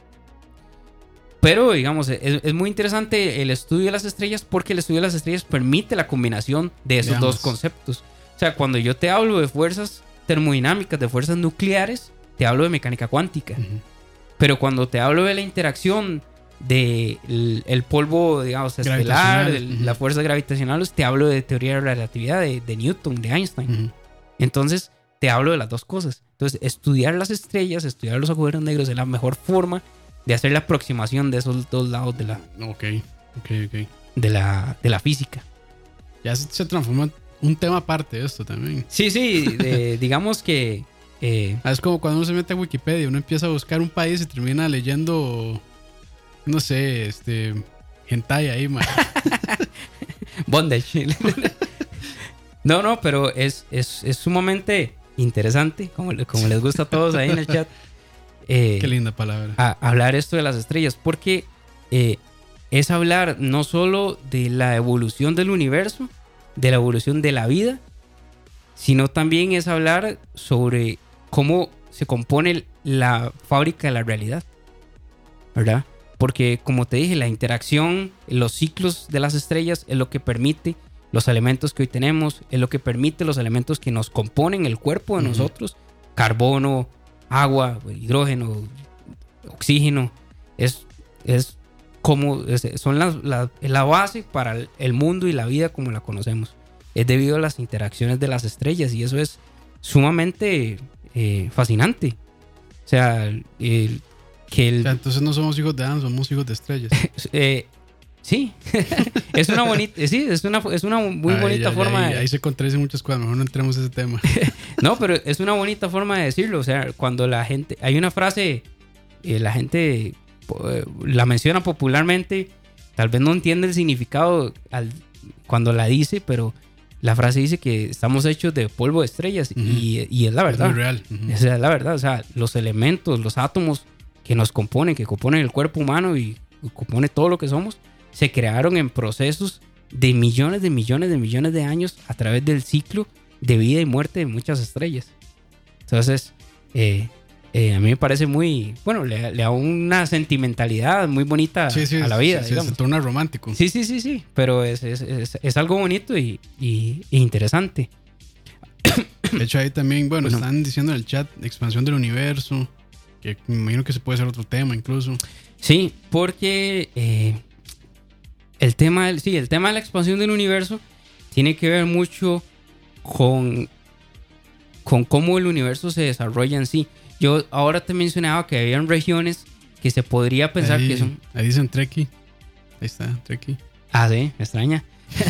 [SPEAKER 3] Pero, digamos, es, es muy interesante el estudio de las estrellas porque el estudio de las estrellas permite la combinación de esos Veamos. dos conceptos. O sea, cuando yo te hablo de fuerzas termodinámicas, de fuerzas nucleares, te hablo de mecánica cuántica. Uh-huh. Pero cuando te hablo de la interacción del de el polvo, digamos, estelar, de uh-huh. las fuerzas gravitacionales, te hablo de teoría de la relatividad de, de Newton, de Einstein. Uh-huh. Entonces, te hablo de las dos cosas. Entonces, estudiar las estrellas, estudiar los agujeros negros es la mejor forma de hacer la aproximación de esos dos lados de la,
[SPEAKER 2] okay, okay, okay.
[SPEAKER 3] De la, de la física.
[SPEAKER 2] Ya se, se transforma en un tema aparte de esto también.
[SPEAKER 3] Sí, sí, de, digamos que... Eh,
[SPEAKER 2] es como cuando uno se mete a Wikipedia, uno empieza a buscar un país y termina leyendo, no sé, este, hentai ahí, man.
[SPEAKER 3] Bondage. No, no, pero es, es, es sumamente interesante, como, como les gusta a todos ahí en el chat.
[SPEAKER 2] Eh, Qué linda palabra.
[SPEAKER 3] A, hablar esto de las estrellas, porque eh, es hablar no solo de la evolución del universo, de la evolución de la vida, sino también es hablar sobre cómo se compone la fábrica de la realidad, ¿verdad? Porque, como te dije, la interacción, los ciclos de las estrellas es lo que permite los elementos que hoy tenemos, es lo que permite los elementos que nos componen el cuerpo de uh-huh. nosotros, carbono, agua, hidrógeno, oxígeno, es, es como es, son la, la, la base para el mundo y la vida como la conocemos. Es debido a las interacciones de las estrellas y eso es sumamente eh, fascinante. O sea, el, que el,
[SPEAKER 2] o sea, entonces no somos hijos de Adán, somos hijos de estrellas.
[SPEAKER 3] eh, sí, es una bonita, sí, es una, es una muy
[SPEAKER 2] Ay,
[SPEAKER 3] bonita
[SPEAKER 2] ya,
[SPEAKER 3] forma.
[SPEAKER 2] Ya, ahí, ahí se contradicen muchas cosas, mejor no entremos en ese tema.
[SPEAKER 3] No, pero es una bonita forma de decirlo. O sea, cuando la gente, hay una frase, eh, la gente eh, la menciona popularmente, tal vez no entiende el significado al, cuando la dice, pero la frase dice que estamos hechos de polvo de estrellas uh-huh. y, y es la verdad.
[SPEAKER 2] Es muy real. Uh-huh.
[SPEAKER 3] O sea, es la verdad. O sea, los elementos, los átomos que nos componen, que componen el cuerpo humano y compone todo lo que somos, se crearon en procesos de millones de millones de millones de años a través del ciclo de vida y muerte de muchas estrellas. Entonces, eh, eh, a mí me parece muy, bueno, le, le da una sentimentalidad muy bonita
[SPEAKER 2] sí, sí,
[SPEAKER 3] a la vida.
[SPEAKER 2] Sí, sí, se torna romántico.
[SPEAKER 3] Sí, sí, sí, sí, pero es, es, es, es algo bonito y, y, y interesante.
[SPEAKER 2] De hecho, ahí también, bueno, bueno, están diciendo en el chat expansión del universo, que me imagino que se puede ser otro tema incluso.
[SPEAKER 3] Sí, porque eh, el tema, del, sí, el tema de la expansión del universo tiene que ver mucho con, con cómo el universo se desarrolla en sí. Yo ahora te mencionaba que habían regiones que se podría pensar
[SPEAKER 2] ahí,
[SPEAKER 3] que son...
[SPEAKER 2] Ahí dicen Trekkie. Ahí está, Trekkie.
[SPEAKER 3] Ah, sí, me extraña.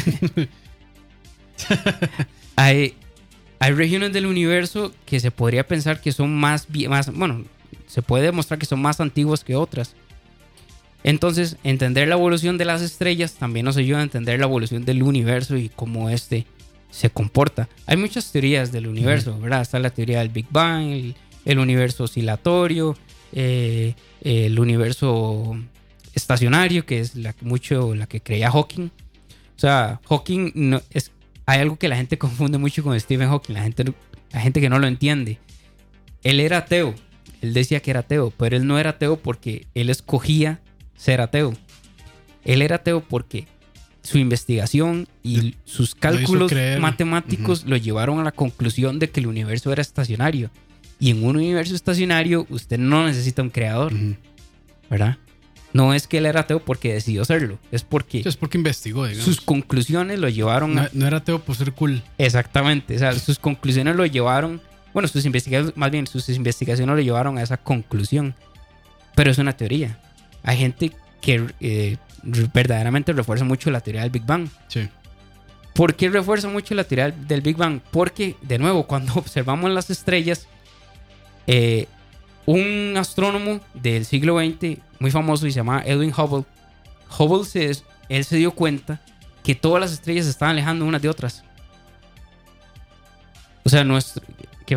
[SPEAKER 3] hay, hay regiones del universo que se podría pensar que son más, más... Bueno, se puede demostrar que son más antiguas que otras. Entonces, entender la evolución de las estrellas también nos ayuda a entender la evolución del universo y cómo este se comporta. Hay muchas teorías del universo, uh-huh. ¿verdad? Está la teoría del Big Bang, el, el universo oscilatorio, eh, el universo estacionario, que es la, mucho la que creía Hawking. O sea, Hawking no, es, hay algo que la gente confunde mucho con Stephen Hawking, la gente, la gente que no lo entiende. Él era ateo, él decía que era ateo, pero él no era ateo porque él escogía ser ateo. Él era ateo porque su investigación y sus cálculos matemáticos uh-huh. lo llevaron a la conclusión de que el universo era estacionario. Y en un universo estacionario usted no necesita un creador, uh-huh. ¿verdad? No es que él era ateo porque decidió serlo, es porque...
[SPEAKER 2] Es porque investigó, digamos.
[SPEAKER 3] Sus conclusiones lo llevaron
[SPEAKER 2] no,
[SPEAKER 3] a...
[SPEAKER 2] No era ateo por ser cool.
[SPEAKER 3] Exactamente, o sea, sus conclusiones lo llevaron... Bueno, sus investigaciones, más bien, sus investigaciones lo llevaron a esa conclusión. Pero es una teoría. Hay gente que eh, verdaderamente refuerza mucho la teoría del Big Bang.
[SPEAKER 2] Sí.
[SPEAKER 3] ¿Por qué refuerza mucho la teoría del Big Bang? Porque, de nuevo, cuando observamos las estrellas, eh, un astrónomo del siglo veinte, muy famoso, y se llama Edwin Hubble, Hubble se, él se dio cuenta que todas las estrellas se estaban alejando unas de otras. O sea, nuestro... ¿Qué pasó?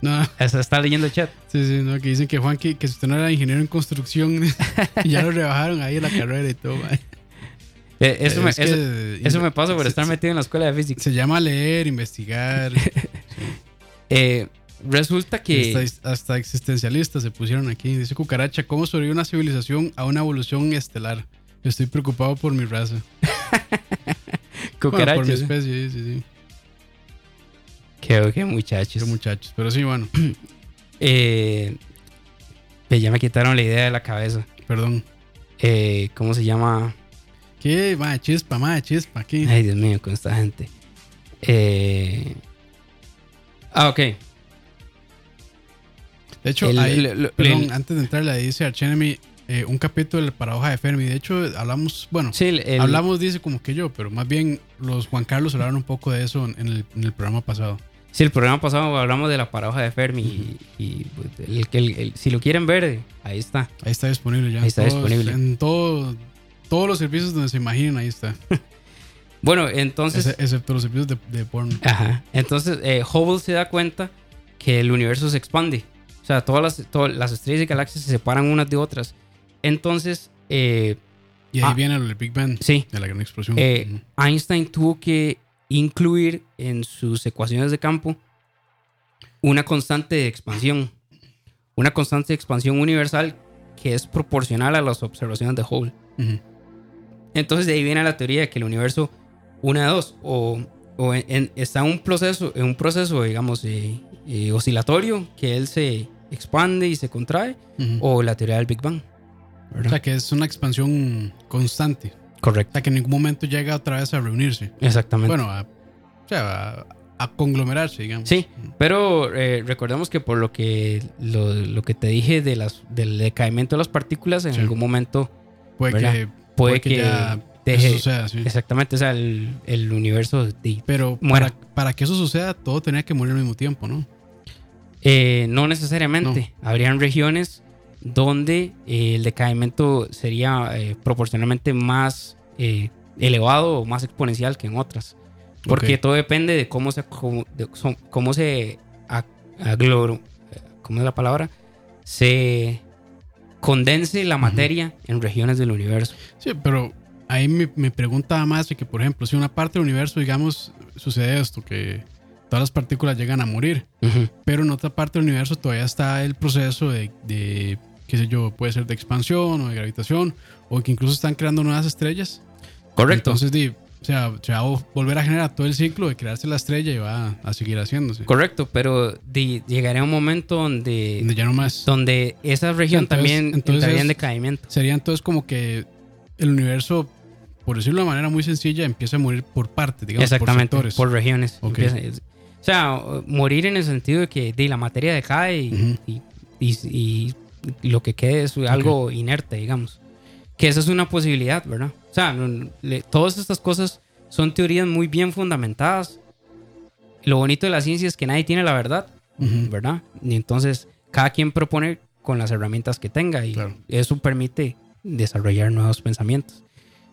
[SPEAKER 2] No.
[SPEAKER 3] Está, está leyendo el chat.
[SPEAKER 2] Sí, sí, no, que dicen que Juan, que, que si usted no era ingeniero en construcción, y ya lo rebajaron ahí en la carrera y todo, man.
[SPEAKER 3] Eh, eso,
[SPEAKER 2] Es
[SPEAKER 3] me,
[SPEAKER 2] que-
[SPEAKER 3] eso, eso me pasa por
[SPEAKER 2] se-
[SPEAKER 3] estar
[SPEAKER 2] se-
[SPEAKER 3] metido en la escuela de física.
[SPEAKER 2] Se llama leer, investigar.
[SPEAKER 3] Eh, resulta que...
[SPEAKER 2] hasta, hasta existencialistas se pusieron aquí. Dice Cucaracha, ¿cómo sobrevive una civilización a una evolución estelar? Estoy preocupado por mi raza. Bueno, por mi
[SPEAKER 3] Cucarachas.
[SPEAKER 2] especie, sí, sí, sí.
[SPEAKER 3] Qué, qué muchachos.
[SPEAKER 2] Pero muchachos, pero sí, bueno,
[SPEAKER 3] Eh, eh, ya me quitaron la idea de la cabeza.
[SPEAKER 2] perdón.
[SPEAKER 3] Eh, ¿Cómo se llama?
[SPEAKER 2] ¿Qué? Madre chispa, madre chispa, aquí.
[SPEAKER 3] Ay, Dios mío, con esta gente. Eh, ah, ok.
[SPEAKER 2] De hecho,
[SPEAKER 3] El-
[SPEAKER 2] ahí,
[SPEAKER 3] el- el-
[SPEAKER 2] perdón,
[SPEAKER 3] el-
[SPEAKER 2] antes de entrar, le dice Archenemy eh, un capítulo de la paradoja de Fermi. De hecho, hablamos, bueno,
[SPEAKER 3] Sí, el- el-
[SPEAKER 2] hablamos, dice como que yo, pero más bien los Juan Carlos hablaron un poco de eso en el, en el programa pasado.
[SPEAKER 3] sí, el programa pasado hablamos de la paradoja de Fermi. y, y, pues, el, el- el- si lo quieren ver, ahí está.
[SPEAKER 2] Ahí está disponible ya.
[SPEAKER 3] Ahí está
[SPEAKER 2] en todos-
[SPEAKER 3] disponible.
[SPEAKER 2] En todo, todos los servicios donde se imaginen, ahí está.
[SPEAKER 3] Bueno, entonces...
[SPEAKER 2] Ex- excepto los servicios de, de porno.
[SPEAKER 3] Ajá. Entonces, eh, Hubble se da cuenta que el universo se expande. O sea, todas las, todas las estrellas y galaxias se separan unas de otras. Entonces, eh,
[SPEAKER 2] Y ahí
[SPEAKER 3] ah.
[SPEAKER 2] viene el Big Bang,
[SPEAKER 3] sí,
[SPEAKER 2] de la gran explosión.
[SPEAKER 3] eh,
[SPEAKER 2] Ujú.
[SPEAKER 3] Einstein tuvo que incluir en sus ecuaciones de campo una constante de expansión. Una constante de expansión universal que es proporcional a las observaciones de Hubble.
[SPEAKER 2] Ujú.
[SPEAKER 3] Entonces de ahí viene la teoría de que el universo, una de dos, o, o en- en- está en un proceso, en un proceso, digamos, eh, eh, oscilatorio, que él se expande y se contrae,
[SPEAKER 2] Ujú.
[SPEAKER 3] o la teoría del Big Bang.
[SPEAKER 2] O sea, que es una expansión constante. O
[SPEAKER 3] Correcto.
[SPEAKER 2] sea, que en ningún momento llega otra vez a reunirse.
[SPEAKER 3] Exactamente.
[SPEAKER 2] Bueno, a, o sea, a, a conglomerarse, digamos.
[SPEAKER 3] Sí, pero eh, recordemos que por lo que lo, lo que te dije de las, del decaimiento de las partículas, en
[SPEAKER 2] Sí.
[SPEAKER 3] algún momento
[SPEAKER 2] Puede
[SPEAKER 3] ¿verdad?
[SPEAKER 2] que,
[SPEAKER 3] puede, que,
[SPEAKER 2] ya
[SPEAKER 3] deje.
[SPEAKER 2] eso suceda, sí.
[SPEAKER 3] Exactamente, o sea, el, el universo. de-
[SPEAKER 2] Pero
[SPEAKER 3] muera.
[SPEAKER 2] para, para que eso suceda, todo tenía que morir al mismo tiempo, ¿no?
[SPEAKER 3] Eh, no necesariamente. Habrían regiones donde eh, el decaimiento sería eh, proporcionalmente más eh, elevado o más exponencial que en otras. Porque
[SPEAKER 2] Ok.
[SPEAKER 3] todo depende de cómo se, cómo, de- son- cómo se ag- agloro, ¿cómo es la palabra? Se condense la materia en regiones del universo.
[SPEAKER 2] Sí, pero ahí me, me pregunta más de que, por ejemplo, si una parte del universo, digamos, sucede esto, que todas las partículas llegan a morir,
[SPEAKER 3] Ujú.
[SPEAKER 2] pero en otra parte del universo todavía está el proceso de, de, qué sé yo, puede ser de expansión o de gravitación, o que incluso están creando nuevas estrellas.
[SPEAKER 3] Correcto.
[SPEAKER 2] Entonces, di, o sea, se va a volver a generar todo el ciclo de crearse la estrella y va a, a seguir haciéndose.
[SPEAKER 3] Correcto, pero de- llegaría un momento donde,
[SPEAKER 2] Donde ya no más.
[SPEAKER 3] donde esa región
[SPEAKER 2] Entonces-
[SPEAKER 3] también
[SPEAKER 2] entonces
[SPEAKER 3] entraría en
[SPEAKER 2] es-
[SPEAKER 3] decaimiento.
[SPEAKER 2] Sería entonces como que el universo, por decirlo de manera muy sencilla, empieza a morir por partes, digamos,
[SPEAKER 3] Exactamente,
[SPEAKER 2] por sectores.
[SPEAKER 3] por regiones.
[SPEAKER 2] Ok.
[SPEAKER 3] Empieza- es- o sea, o- morir en el sentido de que de, la materia decae y,
[SPEAKER 2] Ujú.
[SPEAKER 3] y- y- y lo que quede es algo inerte, digamos. Que esa es una posibilidad, ¿verdad? O sea, no- le- todas estas cosas son teorías muy bien fundamentadas. Lo bonito de la ciencia es que nadie tiene la verdad,
[SPEAKER 2] Ujú.
[SPEAKER 3] ¿verdad? Y entonces cada quien propone con las herramientas que tenga y
[SPEAKER 2] Claro.
[SPEAKER 3] eso permite desarrollar nuevos pensamientos.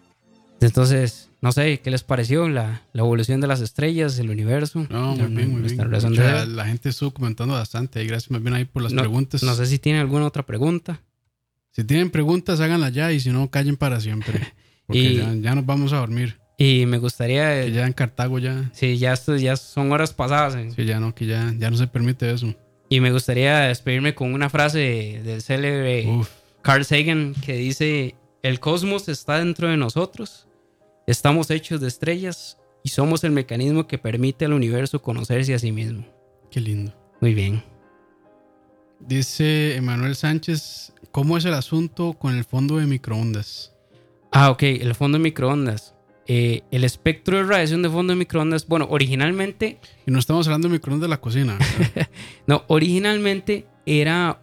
[SPEAKER 3] Entonces, no sé, ¿qué les pareció la, la evolución de las estrellas, el universo?
[SPEAKER 2] No, muy
[SPEAKER 3] La-
[SPEAKER 2] bien, muy
[SPEAKER 3] nuestra
[SPEAKER 2] bien.
[SPEAKER 3] razón
[SPEAKER 2] De
[SPEAKER 3] de
[SPEAKER 2] hecho,
[SPEAKER 3] ser.
[SPEAKER 2] la gente estuvo comentando bastante. Y gracias más bien ahí por las
[SPEAKER 3] No-
[SPEAKER 2] preguntas.
[SPEAKER 3] No sé si tienen alguna otra pregunta.
[SPEAKER 2] Si tienen preguntas, háganlas ya. Y si no, callen para siempre. Porque
[SPEAKER 3] Y-
[SPEAKER 2] ya, ya nos vamos a dormir.
[SPEAKER 3] Y me gustaría,
[SPEAKER 2] Que ya en Cartago ya.
[SPEAKER 3] sí, ya, esto, ya son horas pasadas. eh.
[SPEAKER 2] Sí, ya no, que ya, ya no se permite eso.
[SPEAKER 3] Y me gustaría despedirme con una frase del célebre
[SPEAKER 2] Uf.
[SPEAKER 3] Carl Sagan que dice: el cosmos está dentro de nosotros, estamos hechos de estrellas y somos el mecanismo que permite al universo conocerse a sí mismo.
[SPEAKER 2] Qué lindo.
[SPEAKER 3] Muy bien.
[SPEAKER 2] Dice Emanuel Sánchez, ¿cómo es el asunto con el fondo de microondas?
[SPEAKER 3] Ah, ok, el fondo de microondas. Eh, el espectro de radiación de fondo de microondas, bueno, originalmente,
[SPEAKER 2] Y no estamos hablando de microondas de la cocina, ¿verdad?
[SPEAKER 3] no, originalmente era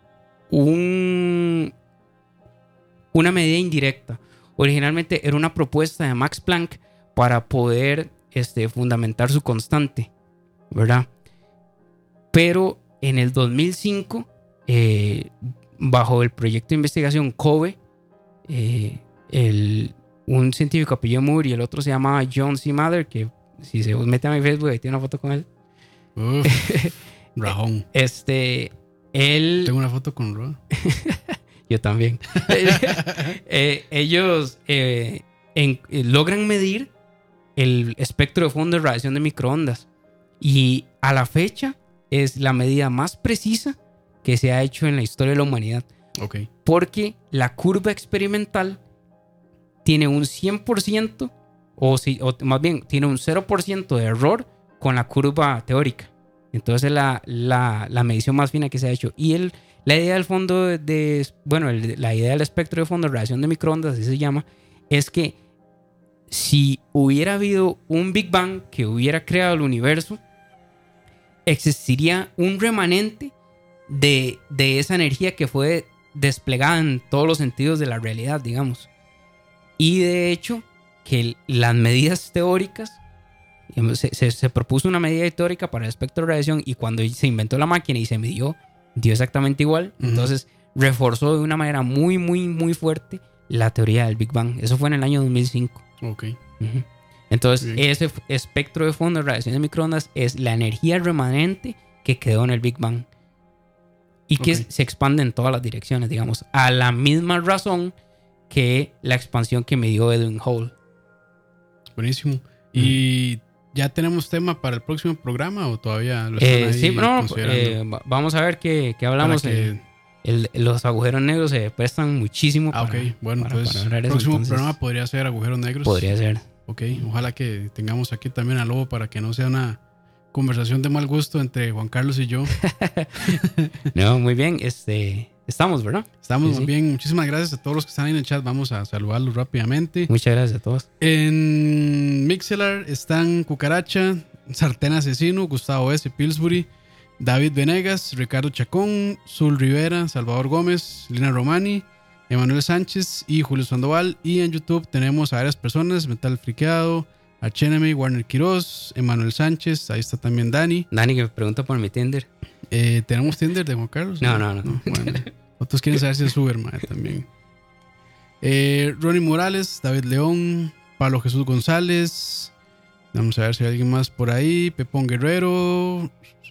[SPEAKER 3] un, una medida indirecta. Originalmente era una propuesta de Max Planck para poder este, fundamentar su constante, ¿verdad? Pero en el dos mil cinco, eh, bajo el proyecto de investigación COBE, eh, el, un científico apellido Moore y el otro se llama John C. Mather, que si se mete a mi Facebook ahí tiene una foto con él.
[SPEAKER 2] Uf, Rajón.
[SPEAKER 3] Este, él...
[SPEAKER 2] Tengo una foto con Ra.
[SPEAKER 3] Yo también. eh, ellos eh, en, eh, logran medir el espectro de fondo de radiación de microondas. Y a la fecha es la medida más precisa que se ha hecho en la historia de la humanidad.
[SPEAKER 2] Ok.
[SPEAKER 3] Porque la curva experimental tiene un cien por ciento, o, si, o más bien tiene un cero por ciento de error con la curva teórica. Entonces es la, la, la medición más fina que se ha hecho. Y el, la idea del fondo de, de bueno, el, la idea del espectro de fondo de radiación de microondas, así se llama, es que si hubiera habido un Big Bang que hubiera creado el universo, existiría un remanente de, de esa energía que fue desplegada en todos los sentidos de la realidad, digamos. Y de hecho, que las medidas teóricas, se, se, se propuso una medida teórica para el espectro de radiación, y cuando se inventó la máquina y se midió, dio exactamente igual. Uh-huh. Entonces reforzó de una manera muy, muy, muy fuerte la teoría del Big Bang. Eso fue en el año dos mil cinco.
[SPEAKER 2] Ok.
[SPEAKER 3] Uh-huh. Entonces,
[SPEAKER 2] Bien.
[SPEAKER 3] ese espectro de fondo de radiación de microondas es la energía remanente que quedó en el Big Bang y que okay. se expande en todas las direcciones, digamos, a la misma razón que la expansión que midió Edwin Hall.
[SPEAKER 2] Buenísimo. ¿Y mm. ya tenemos tema para el próximo programa o todavía lo están
[SPEAKER 3] eh,
[SPEAKER 2] ahí
[SPEAKER 3] sí, no,
[SPEAKER 2] considerando?
[SPEAKER 3] Eh, vamos a ver qué, qué hablamos. Que... El, los agujeros negros se prestan muchísimo
[SPEAKER 2] ah,
[SPEAKER 3] para,
[SPEAKER 2] ok. Bueno,
[SPEAKER 3] para,
[SPEAKER 2] entonces
[SPEAKER 3] para
[SPEAKER 2] el próximo entonces, programa podría ser agujeros negros.
[SPEAKER 3] Podría ser.
[SPEAKER 2] Ok, ojalá que tengamos aquí también a Lobo para que no sea una conversación de mal gusto entre Juan Carlos y yo.
[SPEAKER 3] No, muy bien. Este, estamos, ¿verdad?
[SPEAKER 2] Estamos
[SPEAKER 3] sí,
[SPEAKER 2] muy
[SPEAKER 3] sí.
[SPEAKER 2] bien. Muchísimas gracias a todos los que están ahí en el chat. Vamos a saludarlos rápidamente.
[SPEAKER 3] Muchas gracias a todos.
[SPEAKER 2] En Mixelar están Cucaracha, Sartén Asesino, Gustavo S. Pillsbury, David Venegas, Ricardo Chacón, Zul Rivera, Salvador Gómez, Lina Romani, Emanuel Sánchez y Julio Sandoval. Y en YouTube tenemos a varias personas: Metal Friqueado, Archenemy, Warner Quiroz, Emanuel Sánchez, ahí está también Dani.
[SPEAKER 3] Dani que me pregunta por mi Tinder.
[SPEAKER 2] Eh, ¿Tenemos Tinder de Juan Carlos?
[SPEAKER 3] No, no, no. no.
[SPEAKER 2] Bueno, otros quieren saber si es Uber, madre, también. Eh, Ronnie Morales, David León, Pablo Jesús González. Vamos a ver si hay alguien más por ahí. Pepón Guerrero,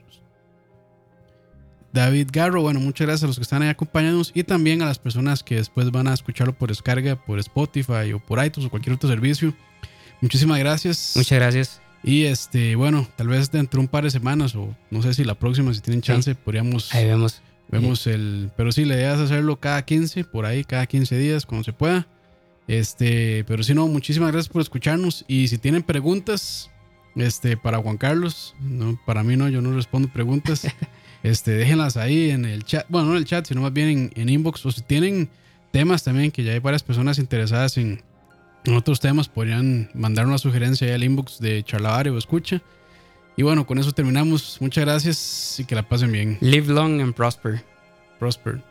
[SPEAKER 2] David Garro. Bueno, muchas gracias a los que están ahí acompañándonos y también a las personas que después van a escucharlo por descarga, por Spotify o por iTunes o cualquier otro servicio. Muchísimas gracias.
[SPEAKER 3] Muchas gracias.
[SPEAKER 2] Y este, bueno, tal vez dentro de un par de semanas o no sé si la próxima, si tienen chance, sí. podríamos...
[SPEAKER 3] Ahí vemos.
[SPEAKER 2] Vemos el... Pero sí, la idea es hacerlo cada quince, por ahí, cada quince días, cuando se pueda. Este, pero si no, muchísimas gracias por escucharnos. Y si tienen preguntas, este, para Juan Carlos, no, para mí no, yo no respondo preguntas. Este, déjenlas ahí en el chat, bueno, no en el chat, sino más bien en, en inbox, o si tienen temas también, que ya hay varias personas interesadas en, en otros temas, podrían mandar una sugerencia ahí al inbox de Charlavaria o Escucha. Y bueno, con eso terminamos. Muchas gracias y que la pasen bien.
[SPEAKER 3] Live long and prosper.
[SPEAKER 2] Prosper.